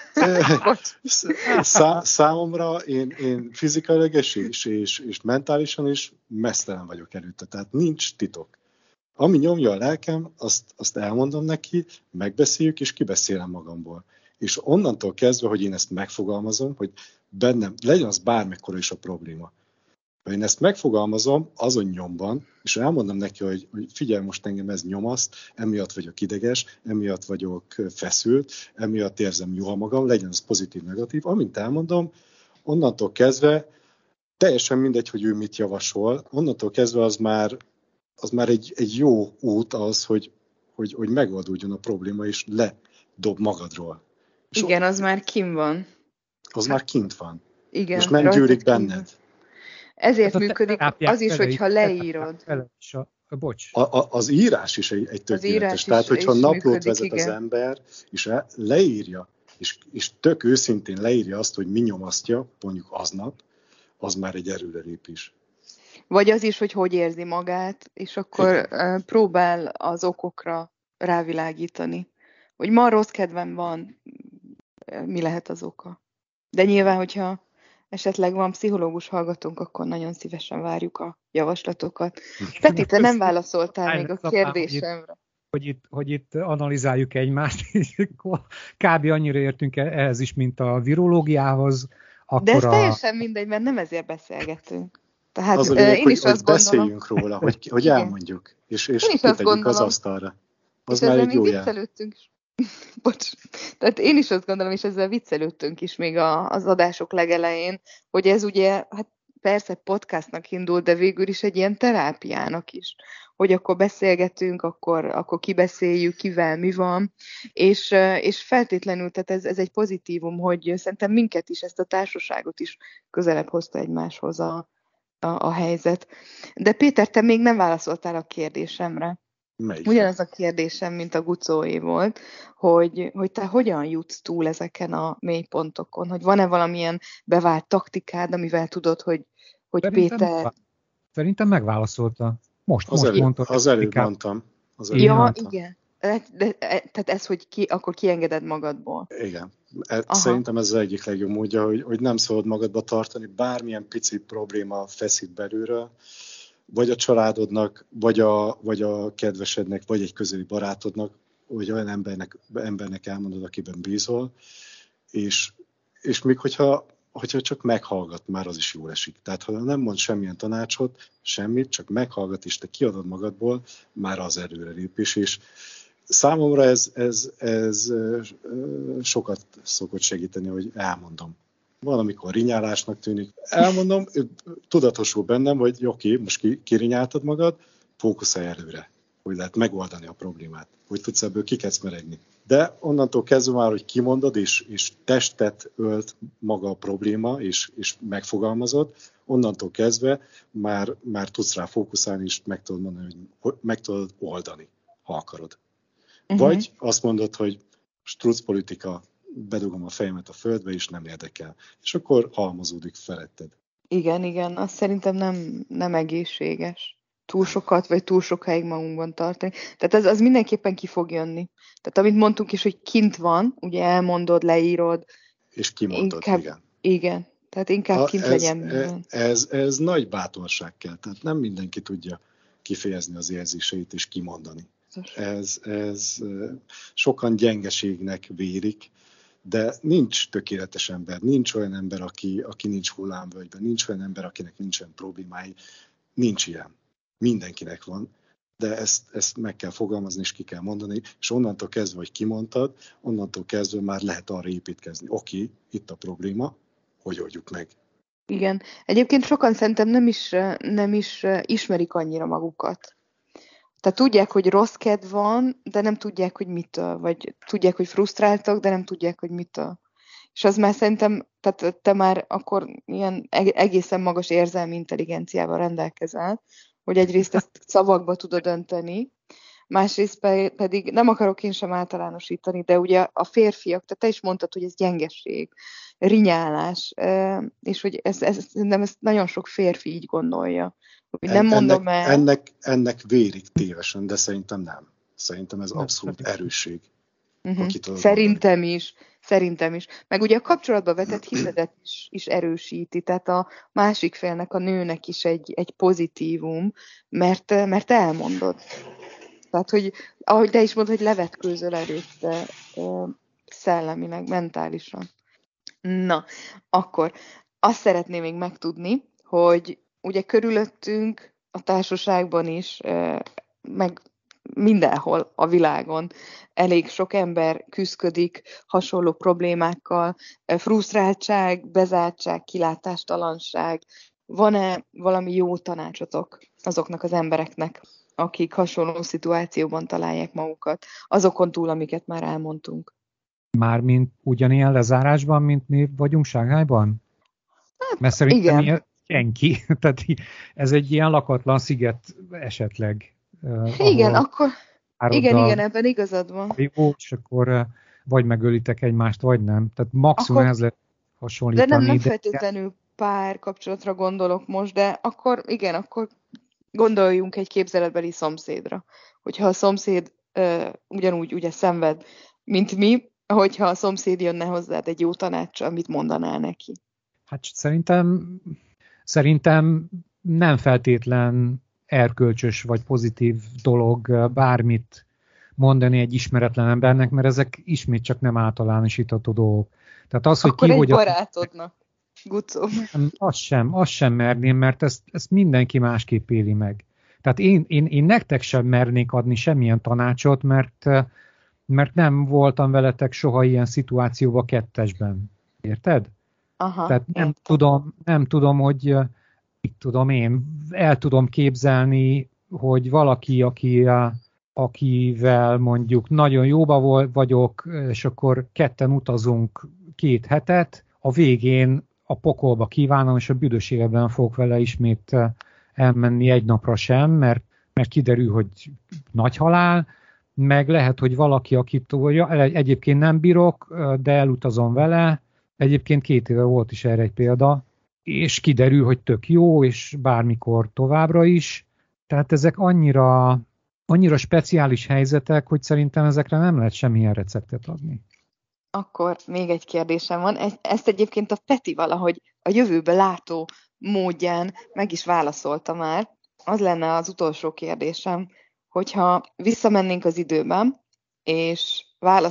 Számomra én fizikailag és mentálisan is meztelen vagyok előtte. Tehát nincs titok. Ami nyomja a lelkem, azt elmondom neki, megbeszéljük, és kibeszélem magamból. És onnantól kezdve, hogy én ezt megfogalmazom, hogy bennem legyen az bármekkora is a probléma. Ha én ezt megfogalmazom azon nyomban, és elmondom neki, hogy figyelj, most engem ez nyomaszt, emiatt vagyok ideges, emiatt vagyok feszült, emiatt érzem jól magam, legyen az pozitív, negatív. Amint elmondom, onnantól kezdve teljesen mindegy, hogy ő mit javasol, onnantól kezdve az már egy jó út az, hogy megoldódjon a probléma, és ledob magadról. És igen, az már kint van. Az már kint van. Igen, és nem gyűlik benned. Ezért működik az is, hogyha leírod. Bocs. Az írás is egy tökéletes. Tehát, hogyha naplót vezet az ember, és leírja, és tök őszintén leírja azt, hogy mi nyomasztja, mondjuk aznap, az már egy erőrelépés. Vagy az is, hogy érzi magát, és akkor próbál az okokra rávilágítani. Hogy ma rossz kedvem van, mi lehet az oka. De nyilván, hogyha esetleg van pszichológus hallgatónk, akkor nagyon szívesen várjuk a javaslatokat. Peti, te nem válaszoltál még a kérdésemre. Hogy itt analizáljuk egymást, és kb. Annyira értünk ehhez is, mint a virológiához. Akkor de ez teljesen mindegy, mert nem ezért beszélgetünk. Tehát az a lényeg, hogy beszéljünk róla, hogy elmondjuk, és kitegyük az asztalra. Az és már egy jó jel. Viccelődtünk. Bocs. Tehát én is azt gondolom, és ezzel viccelődtünk is még az adások legelején, hogy ez ugye, hát persze podcastnak indul, de végül is egy ilyen terápiának is. Hogy akkor beszélgetünk, akkor kibeszéljük, kivel mi van, és feltétlenül, tehát ez egy pozitívum, hogy szerintem minket is, ezt a társaságot is közelebb hozta egymáshoz a helyzet. De Péter, te még nem válaszoltál a kérdésemre. Melyik? Ugyanaz a kérdésem, mint a Gucóé volt, hogy te hogyan jutsz túl ezeken a mélypontokon, hogy van-e valamilyen bevált taktikád, amivel tudod, hogy Péter... Szerintem megválaszolta. Most mondtad. Az előbb mondtam. Igen. Tehát ez, hogy akkor kiengeded magadból. Igen. Szerintem ez az egyik legjobb módja, hogy nem szabad magadba tartani, bármilyen pici probléma feszít belülről, vagy a családodnak, vagy a kedvesednek, vagy egy közeli barátodnak, vagy olyan embernek elmondod, akiben bízol, és még hogyha csak meghallgat, már az is jól esik. Tehát ha nem mond semmilyen tanácsot, semmit, csak meghallgat, és te kiadod magadból, már az előrelépés, és számomra ez sokat szokott segíteni, hogy elmondom. Van, amikor rinyálásnak tűnik. Elmondom, tudatosul bennem, hogy oké, most kirinyáltad magad, fókuszálj előre, hogy lehet megoldani a problémát, hogy tudsz ebből kikecmeregni. De onnantól kezdve már, hogy kimondod, és testet ölt maga a probléma, és megfogalmazod, onnantól kezdve már tudsz rá fókuszálni, és meg tudod mondani, hogy meg tudod oldani, ha akarod. Vagy azt mondod, hogy struc politika, bedugom a fejemet a földbe, és nem érdekel. És akkor halmozódik feletted. Igen, azt szerintem nem egészséges. túl sokat, vagy túl sokáig magunkban tartani. Tehát az mindenképpen ki fog jönni. Tehát amit mondtunk is, hogy kint van, ugye elmondod, leírod. És kimondod, igen. Igen, tehát inkább kint legyen minden. Ez nagy bátorság kell, tehát nem mindenki tudja kifejezni az érzéseit és kimondani. Ez sokan gyengeségnek vérik, de nincs tökéletes ember, nincs olyan ember, aki nincs hullámvölgyben, nincs olyan ember, akinek nincsen problémái, nincs ilyen. Mindenkinek van, de ezt meg kell fogalmazni, és ki kell mondani, és onnantól kezdve, hogy kimondtad, onnantól kezdve már lehet arra építkezni. Oké, itt a probléma, hogy oldjuk meg. Igen. Egyébként sokan szerintem nem is ismerik annyira magukat. Tehát tudják, hogy rossz kedv van, de nem tudják, hogy mitől. Vagy tudják, hogy frusztráltak, de nem tudják, hogy mitől. És az már szerintem, tehát te már akkor ilyen egészen magas érzelmi intelligenciával rendelkezel, hogy egyrészt ezt szavakba tudod önteni, másrészt pedig nem akarok én sem általánosítani, de ugye a férfiak, tehát te is mondtad, hogy ez gyengesség, rinyálás, és hogy ezt nagyon sok férfi így gondolja. Hogy nem mondom el. Ennek vérik tévesen, de szerintem nem. Szerintem ez abszolút erősség. Szerintem is. Meg ugye a kapcsolatba vetett hitedet is erősíti, tehát a másik félnek, a nőnek is egy pozitívum, mert elmondod. Tehát, hogy ahogy te is mondod, hogy levetkőzöl előtte szellemileg, mentálisan. Na, akkor azt szeretném még megtudni, hogy ugye körülöttünk, a társaságban is, meg mindenhol a világon elég sok ember küszködik hasonló problémákkal, frusztráltság, bezártság, kilátástalanság. Van-e valami jó tanácsotok azoknak az embereknek, akik hasonló szituációban találják magukat, azokon túl, amiket már elmondtunk? Mármint ugyanilyen lezárásban, mint mi vagyunk Shanghaiban? Mert szerintem igen. Senki. Tehát ez egy ilyen lakatlan sziget esetleg. Igen, akkor igen, ebben igazad van. És akkor vagy megölitek egymást, vagy nem. Tehát maximum ez lehet hasonlítani. De nem feltétlenül pár kapcsolatra gondolok most, de akkor gondoljunk egy képzeletbeli szomszédra. Hogyha a szomszéd ugyanúgy ugye szenved, mint mi, hogyha a szomszéd jönne hozzád egy jó tanácssal, mit mondanál neki? Hát szerintem nem feltétlen erkölcsös vagy pozitív dolog bármit mondani egy ismeretlen embernek, mert ezek ismét csak nem általánosítható dolgok. Tehát az, akkor hogy egy barátodnak, Gucó. Azt sem merném, mert ezt mindenki másképp éli meg. Tehát én nektek sem mernék adni semmilyen tanácsot, mert nem voltam veletek soha ilyen szituációban kettesben. Érted? Aha, tehát nem tudom, hogy mit tudom én, el tudom képzelni, hogy valaki, akivel mondjuk nagyon jóba vagyok, és akkor ketten utazunk 2 hetet, a végén a pokolba kívánom, és a büdös életben fogok vele ismét elmenni egy napra sem, mert kiderül, hogy nagy halál, meg lehet, hogy valaki, akit egyébként nem bírok, de elutazom vele, egyébként 2 éve volt is erre egy példa, és kiderül, hogy tök jó, és bármikor továbbra is. Tehát ezek annyira speciális helyzetek, hogy szerintem ezekre nem lehet semmilyen receptet adni. Akkor még egy kérdésem van. Ezt egyébként a Peti valahogy a jövőbe látó módján meg is válaszolta már. Az lenne az utolsó kérdésem, hogyha visszamennénk az időben, és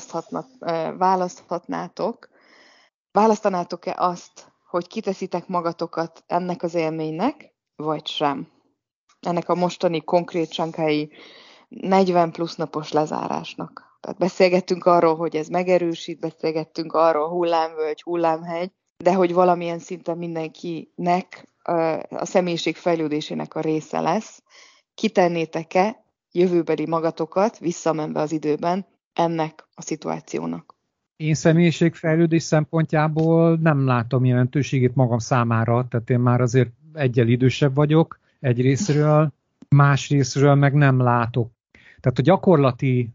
választanátok-e azt, hogy kiteszitek magatokat ennek az élménynek, vagy sem? Ennek a mostani konkrét shanghai 40 plusz napos lezárásnak. Tehát beszélgettünk arról, hogy ez megerősít, beszélgettünk arról, hullámvölgy, hullámhegy, de hogy valamilyen szinten mindenkinek a személyiség fejlődésének a része lesz. Kitennétek-e jövőbeli magatokat visszamenve az időben ennek a szituációnak? Én személyiségfejlődés szempontjából nem látom jelentőségét magam számára, tehát én már azért egyel idősebb vagyok egy részről, más részről meg nem látok. Tehát a gyakorlati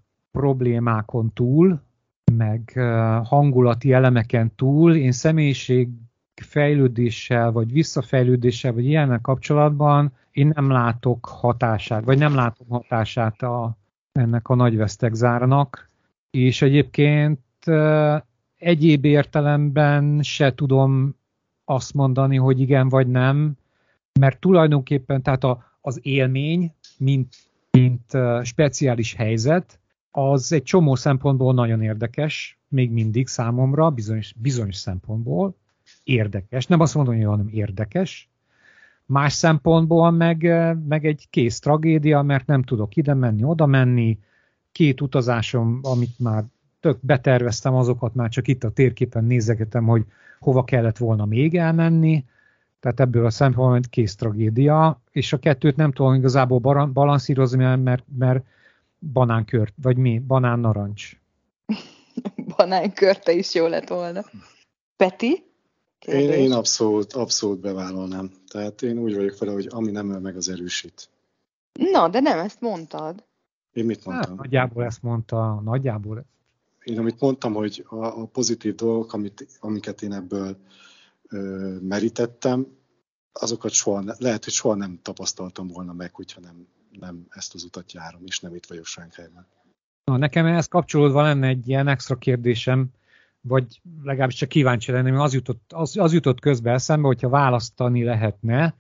problémákon túl, meg hangulati elemeken túl, én fejlődéssel, vagy visszafejlődéssel, vagy ilyennel kapcsolatban én nem látok hatását, vagy nem látom hatását ennek a nagy vesztegzárnak, és egyébként egyéb értelemben se tudom azt mondani, hogy igen vagy nem, mert tulajdonképpen tehát az élmény, mint speciális helyzet, az egy csomó szempontból nagyon érdekes, még mindig számomra, bizonyos szempontból érdekes. Nem azt mondom, hogy hanem érdekes. Más szempontból meg egy kész tragédia, mert nem tudok ide menni, oda menni. 2 utazásom, amit már tök beterveztem, azokat már csak itt a térképen nézegetem, hogy hova kellett volna még elmenni. Tehát ebből a szempontból egy kész tragédia, és a kettőt nem tudom igazából balanszírozni, mert banánkört, vagy mi? Banán-narancs. Banánkörte is jó lett volna. Peti? Én abszolút bevállalnám. Tehát én úgy vagyok vele, hogy ami nem öl meg, az erősít. Na, de nem ezt mondtad. Én mit mondtam? Hát, nagyjából ezt mondta, Én amit mondtam, hogy a pozitív dolgok, amiket én ebből merítettem, azokat lehet, hogy soha nem tapasztaltam volna meg, hogyha nem ezt az utat járom, és nem itt vagyok Sánkhájban. Na, nekem ehhez kapcsolódva lenne egy ilyen extra kérdésem, vagy legalábbis csak kíváncsi lenni, az jutott közbe eszembe, hogyha választani lehetne,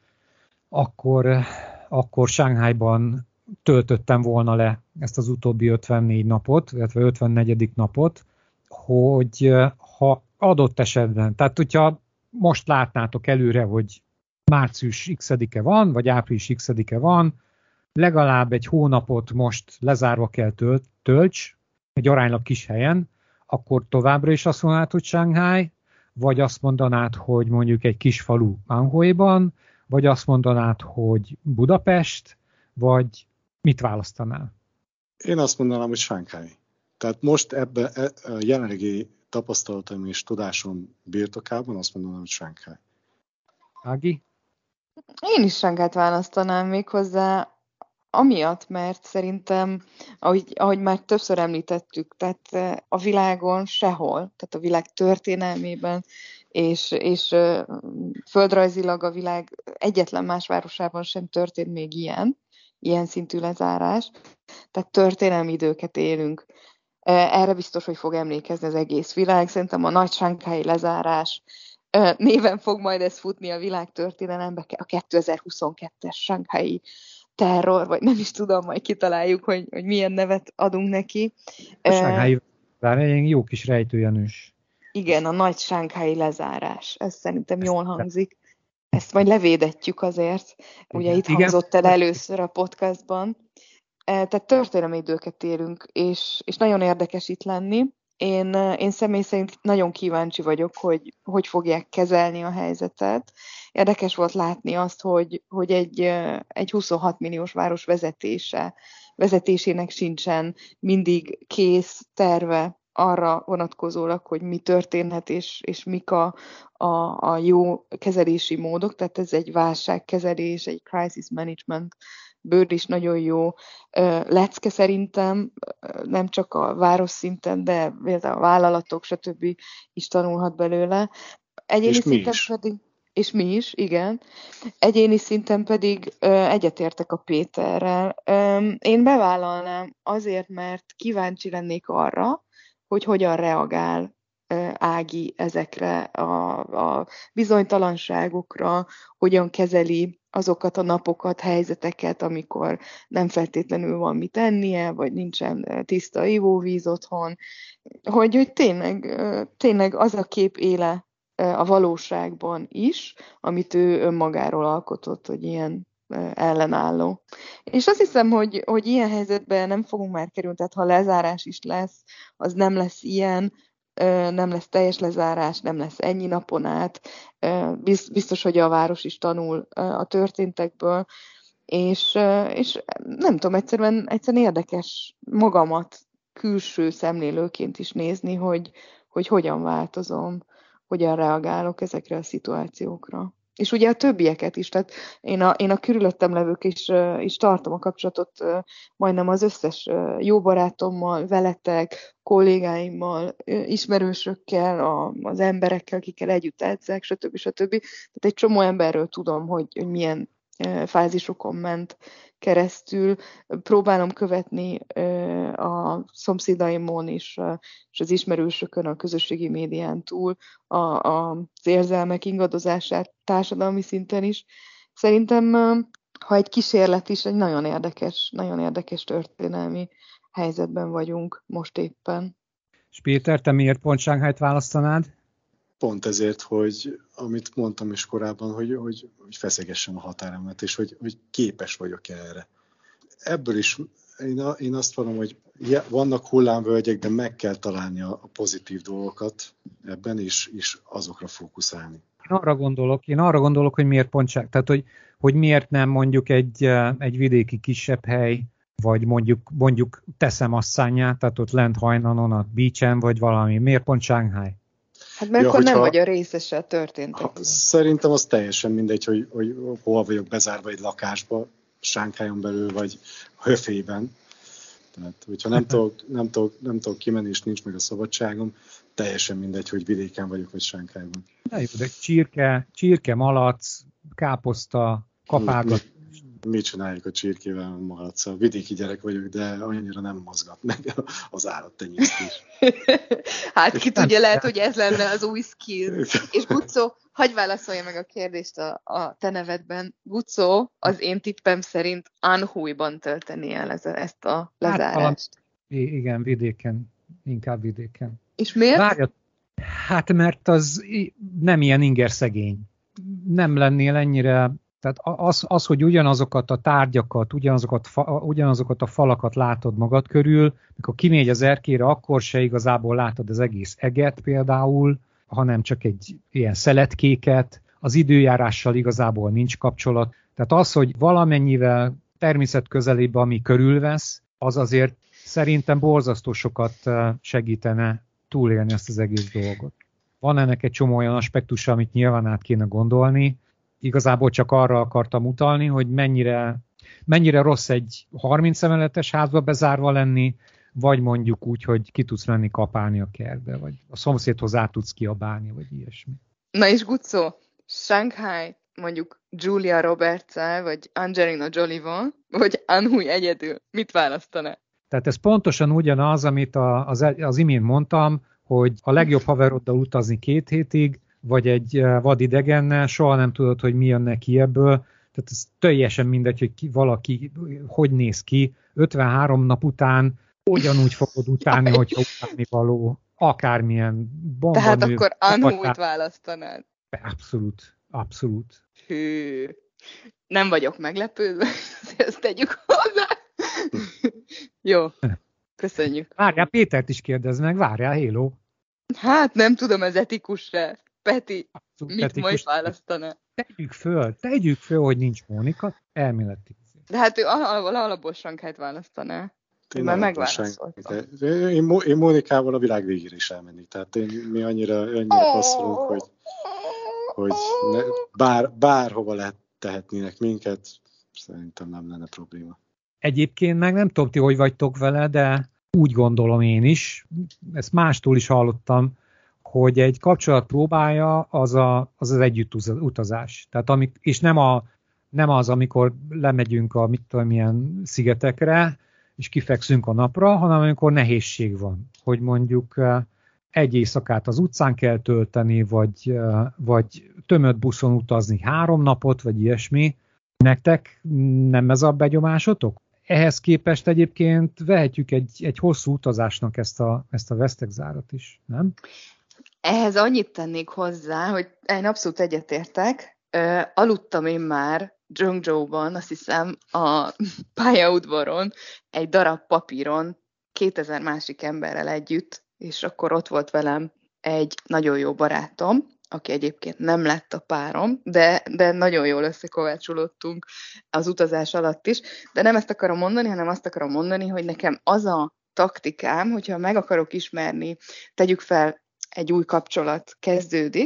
akkor Sánkhájban töltöttem volna le ezt az utóbbi 54 napot, illetve 54. napot, hogy ha adott esetben, tehát hogyha most látnátok előre, hogy március x-e van, vagy április x-e van, legalább egy hónapot most lezárva kell tölts, egy aránylag kis helyen, akkor továbbra is azt mondanád, hogy Shanghai, vagy azt mondanád, hogy mondjuk egy kis falu Anhui-ban, vagy azt mondanád, hogy Budapest, vagy mit választanál? Én azt mondanám, hogy Shanghai. Tehát most ebben a jelenlegi tapasztalatom és tudásom birtokában azt mondanám, hogy Shanghai. Ági? Én is Shanghait választanám méghozzá amiatt, mert szerintem, ahogy már többször említettük, tehát a világon sehol, tehát a világ történelmében és földrajzilag a világ egyetlen más városában sem történt még ilyen szintű lezárás. Tehát történelmi időket élünk. Erre biztos, hogy fog emlékezni az egész világ. Szerintem a nagy shanghai lezárás néven fog majd ez futni a világtörténelembe, a 2022-es shanghai terror, vagy nem is tudom, majd kitaláljuk, hogy milyen nevet adunk neki. A Shanghai egy jó kis rejtőjenős. Igen, a nagy shanghai lezárás. Ez szerintem jól hangzik. Ezt majd levédetjük azért. Ugye itt hangzott el először a podcastban. Tehát történelmi időket élünk, és nagyon érdekes itt lenni. Én személy szerint nagyon kíváncsi vagyok, hogy fogják kezelni a helyzetet. Érdekes volt látni azt, hogy egy 26 milliós város vezetésének sincsen mindig kész terve arra vonatkozólag, hogy mi történhet, és mik a jó kezelési módok. Tehát ez egy válságkezelés, egy crisis management bőr is nagyon jó lecke szerintem, nem csak a város szinten, de a vállalatok, stb. Is tanulhat belőle. Egyéni szinten pedig, és mi is, igen. Egyéni szinten pedig egyetértek a Péterrel. Én bevállalnám azért, mert kíváncsi lennék arra, hogy hogyan reagál Ági ezekre a bizonytalanságokra, hogyan kezeli azokat a napokat, helyzeteket, amikor nem feltétlenül van mit ennie, vagy nincsen tiszta ivóvíz otthon, hogy tényleg az a kép éle a valóságban is, amit ő önmagáról alkotott, hogy ilyen ellenálló. És azt hiszem, hogy ilyen helyzetben nem fogunk már kerülni, tehát ha lezárás is lesz, az nem lesz ilyen, nem lesz teljes lezárás, nem lesz ennyi napon át, biztos, hogy a város is tanul a történtekből, és nem tudom, egyszerűen érdekes magamat külső szemlélőként is nézni, hogy hogyan változom, hogyan reagálok ezekre a szituációkra. És ugye a többieket is, tehát én a körülöttem levők is tartom a kapcsolatot majdnem az összes jó barátommal, veletek, kollégáimmal, ismerősökkel, az emberekkel, akikkel együtt edzek, stb. Tehát egy csomó emberről tudom, hogy milyen fázisokon ment keresztül. Próbálom követni a szomszédaimon is, és az ismerősökön, a közösségi médián túl az érzelmek ingadozását társadalmi szinten is. Szerintem, ha egy kísérlet is, egy nagyon érdekes történelmi helyzetben vagyunk most éppen. És Péter, te miért pont Shanghait választanád? Pont ezért, hogy amit mondtam is korábban, hogy feszegessem a határomat, és hogy képes vagyok erre. Ebből is én azt mondom, hogy vannak hullámvölgyek, de meg kell találni a pozitív dolgokat ebben, és azokra fókuszálni. Én arra gondolok, hogy miért pont Shanghai, tehát hogy miért nem mondjuk egy vidéki kisebb hely, vagy mondjuk teszem asszányát, tehát ott lent Hajnanon, a beachen, vagy valami. Miért pont Shanghai? Hát mert akkor nem vagy a részese a történteknek. Szerintem az teljesen mindegy, hogy hol vagyok bezárva egy lakásba, Shanghaion belül, vagy Höfében. Tehát, hogyha nem tudok kimenni, és nincs meg a szabadságom, teljesen mindegy, hogy vidéken vagyok, vagy Shanghaiban. Na jó, de csirke, malac, káposzta, kapágat. Mit csináljuk a csirkével, a malacccal? Vidéki gyerek vagyok, de annyira nem mozgat meg az állattenyésztés. Hát ki tudja, lehet, hogy ez lenne az új skill. És Gucó, hagyj válaszolja meg a kérdést a te nevedben. Gucó, az én tippem szerint Anhui-ban tölteni el ezt a lezárást. Igen, vidéken. Inkább vidéken. És miért? Várjad, hát mert az nem ilyen ingerszegény. Nem lennél ennyire... Tehát az, hogy ugyanazokat a tárgyakat, ugyanazokat a falakat látod magad körül, mikor kimégy az erkére, akkor se igazából látod az egész eget például, hanem csak egy ilyen szeletkéket, az időjárással igazából nincs kapcsolat. Tehát az, hogy valamennyivel természetközelébb, ami körülvesz, az azért szerintem borzasztó sokat segítene túlélni ezt az egész dolgot. Van ennek egy csomó olyan aspektusa, amit nyilván át kéne gondolni. Igazából csak arra akartam utalni, hogy mennyire rossz egy 30 emeletes házba bezárva lenni, vagy mondjuk úgy, hogy ki tudsz menni kapálni a kertbe, vagy a szomszédhoz át tudsz kiabálni, vagy ilyesmi. Na és Gucó, Shanghai mondjuk Julia Roberts-el, vagy Angelina Jolie-val, vagy Anhui egyedül, mit választaná? Tehát ez pontosan ugyanaz, amit az imént mondtam, hogy a legjobb haveroddal utazni 2 hétig, vagy egy vadidegennel, soha nem tudod, hogy mi jön neki ebből. Tehát ez teljesen mindegy, hogy valaki hogy néz ki. 53 nap után ugyanúgy fogod utálni, hogyha utálni való. Akármilyen bombanő. Tehát akkor Anhui-t választanád. Abszolút. Hű, nem vagyok meglepődve, ezt tegyük hozzá. Jó, köszönjük. Várjál, Pétert is kérdezz meg, várjál, hello. Hát nem tudom, ez etikus-e. Peti, Abszolút mit etikus. majd választaná? Tegyük föl, hogy nincs Mónika, elméleti. De hát ő alapból Shanghait választaná. Én már megválaszoltam. Én Mónikával a világ végére is elmennék. Tehát mi annyira passzolunk, hogy bárhova tehetnének minket, szerintem nem lenne probléma. Egyébként meg nem tudom, ti hogy vagytok vele, de úgy gondolom én is, ezt mástól is hallottam, hogy egy kapcsolat próbája az együtt utazás. Tehát és nem az, amikor lemegyünk a milyen szigetekre, és kifekszünk a napra, hanem amikor nehézség van. Hogy mondjuk egy éjszakát az utcán kell tölteni, vagy tömött buszon utazni 3 napot, vagy ilyesmi. Nektek nem ez a begyomásotok? Ehhez képest egyébként vehetjük egy hosszú utazásnak ezt a vesztegzárat is, nem? Ehhez annyit tennék hozzá, hogy én abszolút egyetértek. Aludtam én már Zhengzhouban, azt hiszem, a pályaudvaron, egy darab papíron 2000 másik emberrel együtt, és akkor ott volt velem egy nagyon jó barátom, aki egyébként nem lett a párom, de nagyon jól összekovácsolódtunk az utazás alatt is. De nem ezt akarom mondani, hanem azt akarom mondani, hogy nekem az a taktikám, hogyha meg akarok ismerni, tegyük fel, egy új kapcsolat kezdődik,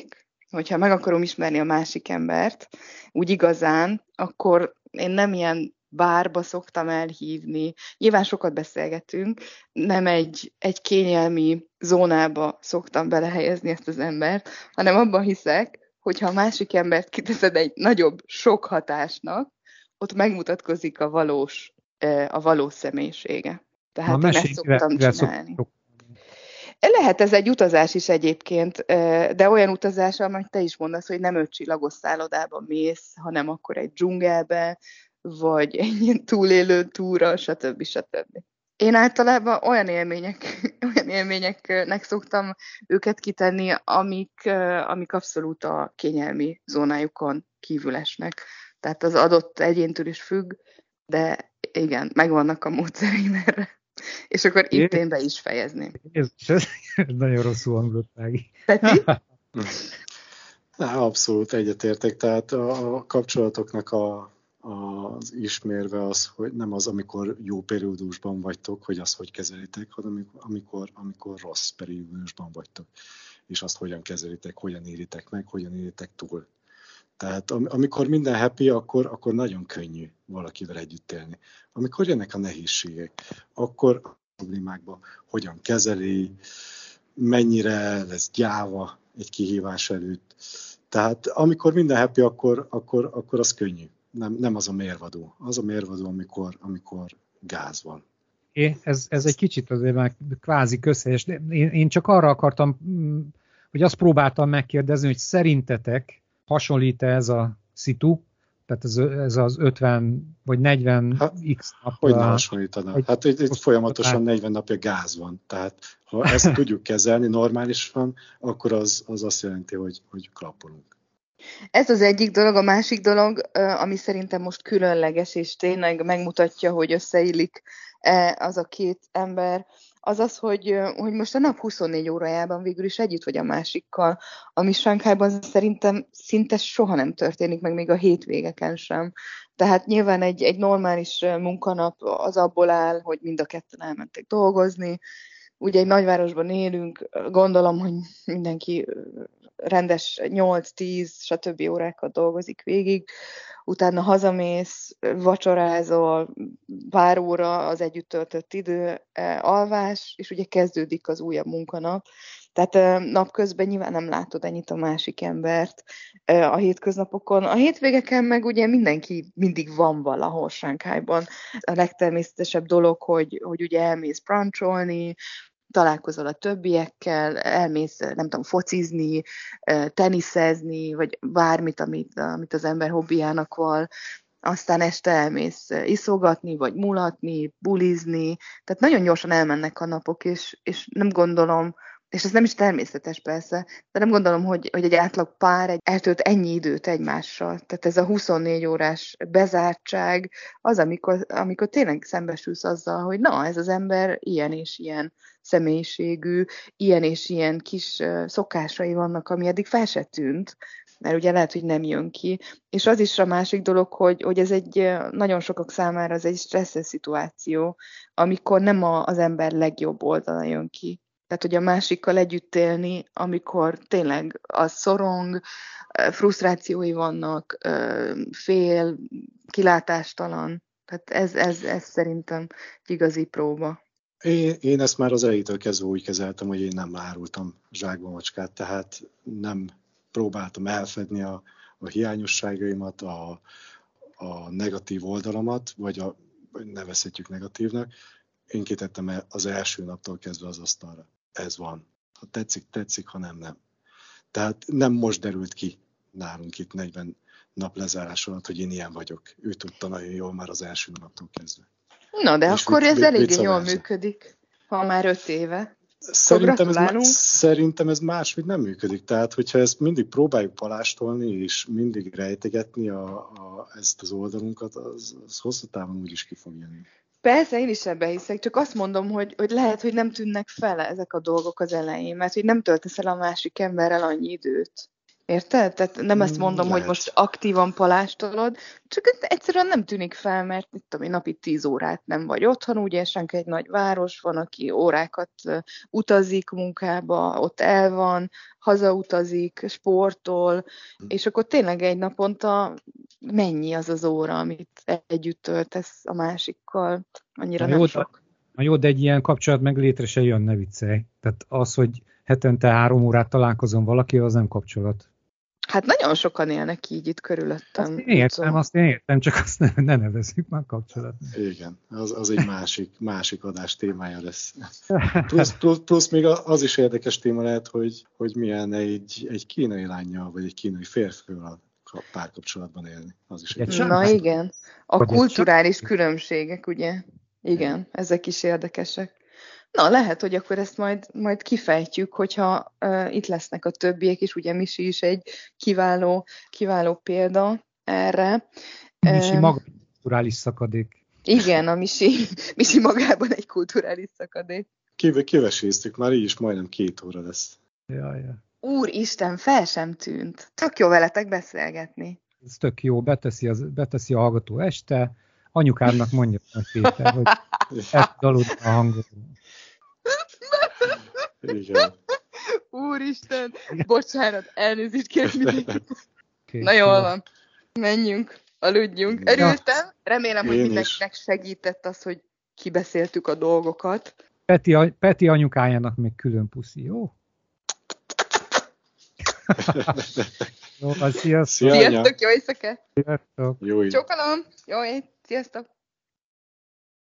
hogyha meg akarom ismerni a másik embert, úgy igazán, akkor én nem ilyen bárba szoktam elhívni. Nyilván sokat beszélgetünk, nem egy kényelmi zónába szoktam belehelyezni ezt az embert, hanem abban hiszek, hogyha a másik embert kiteszed egy nagyobb sok hatásnak, ott megmutatkozik a valós személyisége. Tehát én ezt szoktam csinálni. Lehet ez egy utazás is egyébként, de olyan utazás, amit te is mondasz, hogy nem 5 csillagos szállodában mész, hanem akkor egy dzsungelbe, vagy egy ilyen túlélő túra, stb. Én általában olyan élményeknek szoktam őket kitenni, amik abszolút a kényelmi zónájukon kívül esnek. Tehát az adott egyéntől is függ, de igen, megvannak a módszereim erre. És akkor itt én be is fejezném. Ez nagyon rosszul hangzott meg. Peti? Abszolút egyetértek. Tehát a kapcsolatoknak az ismérve az, hogy nem az, amikor jó periódusban vagytok, hogy azt hogy kezelitek, hanem amikor rossz periódusban vagytok. És azt hogyan kezelitek, hogyan éritek meg, hogyan éritek túl. Tehát amikor minden happy, akkor nagyon könnyű valakivel együtt élni. Amikor jönnek a nehézségek, akkor a problémákban hogyan kezeli, mennyire lesz gyáva egy kihívás előtt. Tehát amikor minden happy, akkor az könnyű. Nem az a mérvadó. Az a mérvadó, amikor gáz van. Ez egy kicsit azért már kvázi közhelyes. Én csak arra akartam, hogy azt próbáltam megkérdezni, hogy szerintetek hasonlít ez a szitu, tehát ez az 50 vagy 40 x nap. Hogy ne hasonlítanak? Hát itt folyamatosan 40 napja gáz van. Tehát ha ezt tudjuk kezelni normálisan, akkor az azt jelenti, hogy klappolunk. Ez az egyik dolog, a másik dolog, ami szerintem most különleges, és tényleg megmutatja, hogy összeillik az a két ember, az az, hogy most a nap 24 órájában végül is együtt vagy a másikkal, ami Sánkhájban szerintem szinte soha nem történik, meg még a hétvégeken sem. Tehát nyilván egy normális munkanap az abból áll, hogy mind a ketten elmentek dolgozni. Ugye egy nagyvárosban élünk, gondolom, hogy mindenki rendes 8-10, stb. Órákat dolgozik végig, utána hazamész, vacsorázol, pár óra az együtt töltött idő, alvás, és ugye kezdődik az újabb munkanap. Tehát napközben nyilván nem látod ennyit a másik embert a hétköznapokon. A hétvégeken meg ugye mindenki mindig van valahol Sánkhájban. A legtermészetesebb dolog, hogy ugye elmész brancsolni, találkozol a többiekkel, elmész, nem tudom, focizni, teniszezni, vagy bármit, amit az ember hobbiának van, aztán este elmész iszogatni, vagy mulatni, bulizni, tehát nagyon gyorsan elmennek a napok, és nem gondolom, és ez nem is természetes persze, de nem gondolom, hogy egy átlag pár eltölt ennyi időt egymással. Tehát ez a 24 órás bezártság az, amikor tényleg szembesülsz azzal, hogy na, ez az ember ilyen és ilyen személyiségű, ilyen és ilyen kis szokásai vannak, ami eddig fel se tűnt, mert ugye lehet, hogy nem jön ki. És az is a másik dolog, hogy ez nagyon sokak számára ez egy stresszes szituáció, amikor nem az ember legjobb oldala jön ki. Tehát, hogy a másikkal együtt élni, amikor tényleg az szorong, frusztrációi vannak, fél, kilátástalan. Tehát ez szerintem igazi próba. Én ezt már az elejétől kezdve úgy kezeltem, hogy én nem árultam zsákba macskát, tehát nem próbáltam elfedni a hiányosságaimat, a negatív oldalamat, vagy nevezhetjük negatívnak. Én kitettem az első naptól kezdve az asztalra. Ez van. Ha tetszik, ha nem. Tehát nem most derült ki nálunk itt 40 nap lezárás alatt, hogy én ilyen vagyok. Ő tudta nagyon jól már az első naptól kezdve. Na, de és akkor ez eléggé jól működik, ha már 5 éve. Szerintem ez máshogy nem működik. Tehát, hogyha ezt mindig próbáljuk palástolni, és mindig rejtegetni ezt az oldalunkat, az hosszú távon úgyis ki fog jönni. Persze, én is ebbe hiszek, csak azt mondom, hogy lehet, hogy nem tűnnek fel ezek a dolgok az elején, mert hogy nem töltesz el a másik emberrel annyi időt. Érted? Tehát nem ezt mondom, Lehet. hogy most aktívan palástolod, csak egyszerűen nem tűnik fel, mert mit tudom én, napi 10 órát nem vagy otthon, ugye Sánk egy nagy város, van, aki órákat utazik munkába, ott el van, hazautazik, sportol, és akkor tényleg egy naponta mennyi az az óra, amit együtt töltesz a másikkal? Annyira nem sok. Na jó, de egy ilyen kapcsolat meg létre se jön, ne viccelj. Tehát az, hogy hetente 3 órát találkozom valakivel, az nem kapcsolat. Hát nagyon sokan élnek így itt körülöttem. Azt én értem, csak azt ne nevezzük már kapcsolatnak. Igen, az egy másik adás témája lesz. Plusz még az is érdekes téma lehet, hogy milyen egy kínai lánnyal, vagy egy kínai férfival párkapcsolatban élni. Az is egy Na igen, a kulturális különbségek, ugye? Igen, ezek is érdekesek. Na, lehet, hogy akkor ezt majd kifejtjük, hogyha itt lesznek a többiek is, ugye Misi is egy kiváló példa erre. Misi maga egy kulturális szakadék. Igen, a Misi magában egy kulturális szakadék. Kiveséztük, már így is majdnem 2 óra lesz. Jaj. Úristen, fel sem tűnt. Tök jó veletek beszélgetni. Ez tök jó, beteszi a hallgató este, anyukámnak mondja meg Péter, hogy ezt aludni a hangot. Igen. Úristen, bocsánat, elnézést kérek mindenkit. Na jól van, menjünk, aludjunk. Örültem, remélem, hogy mindenkinek segített az, hogy kibeszéltük a dolgokat. Peti anyukájának még külön puszi, jó? Jó, sziasztok! Sziasztok, jó éjszakát! Sziasztok! Jó éjszakát! Csókolom! Jó éjszakát! Sziasztok!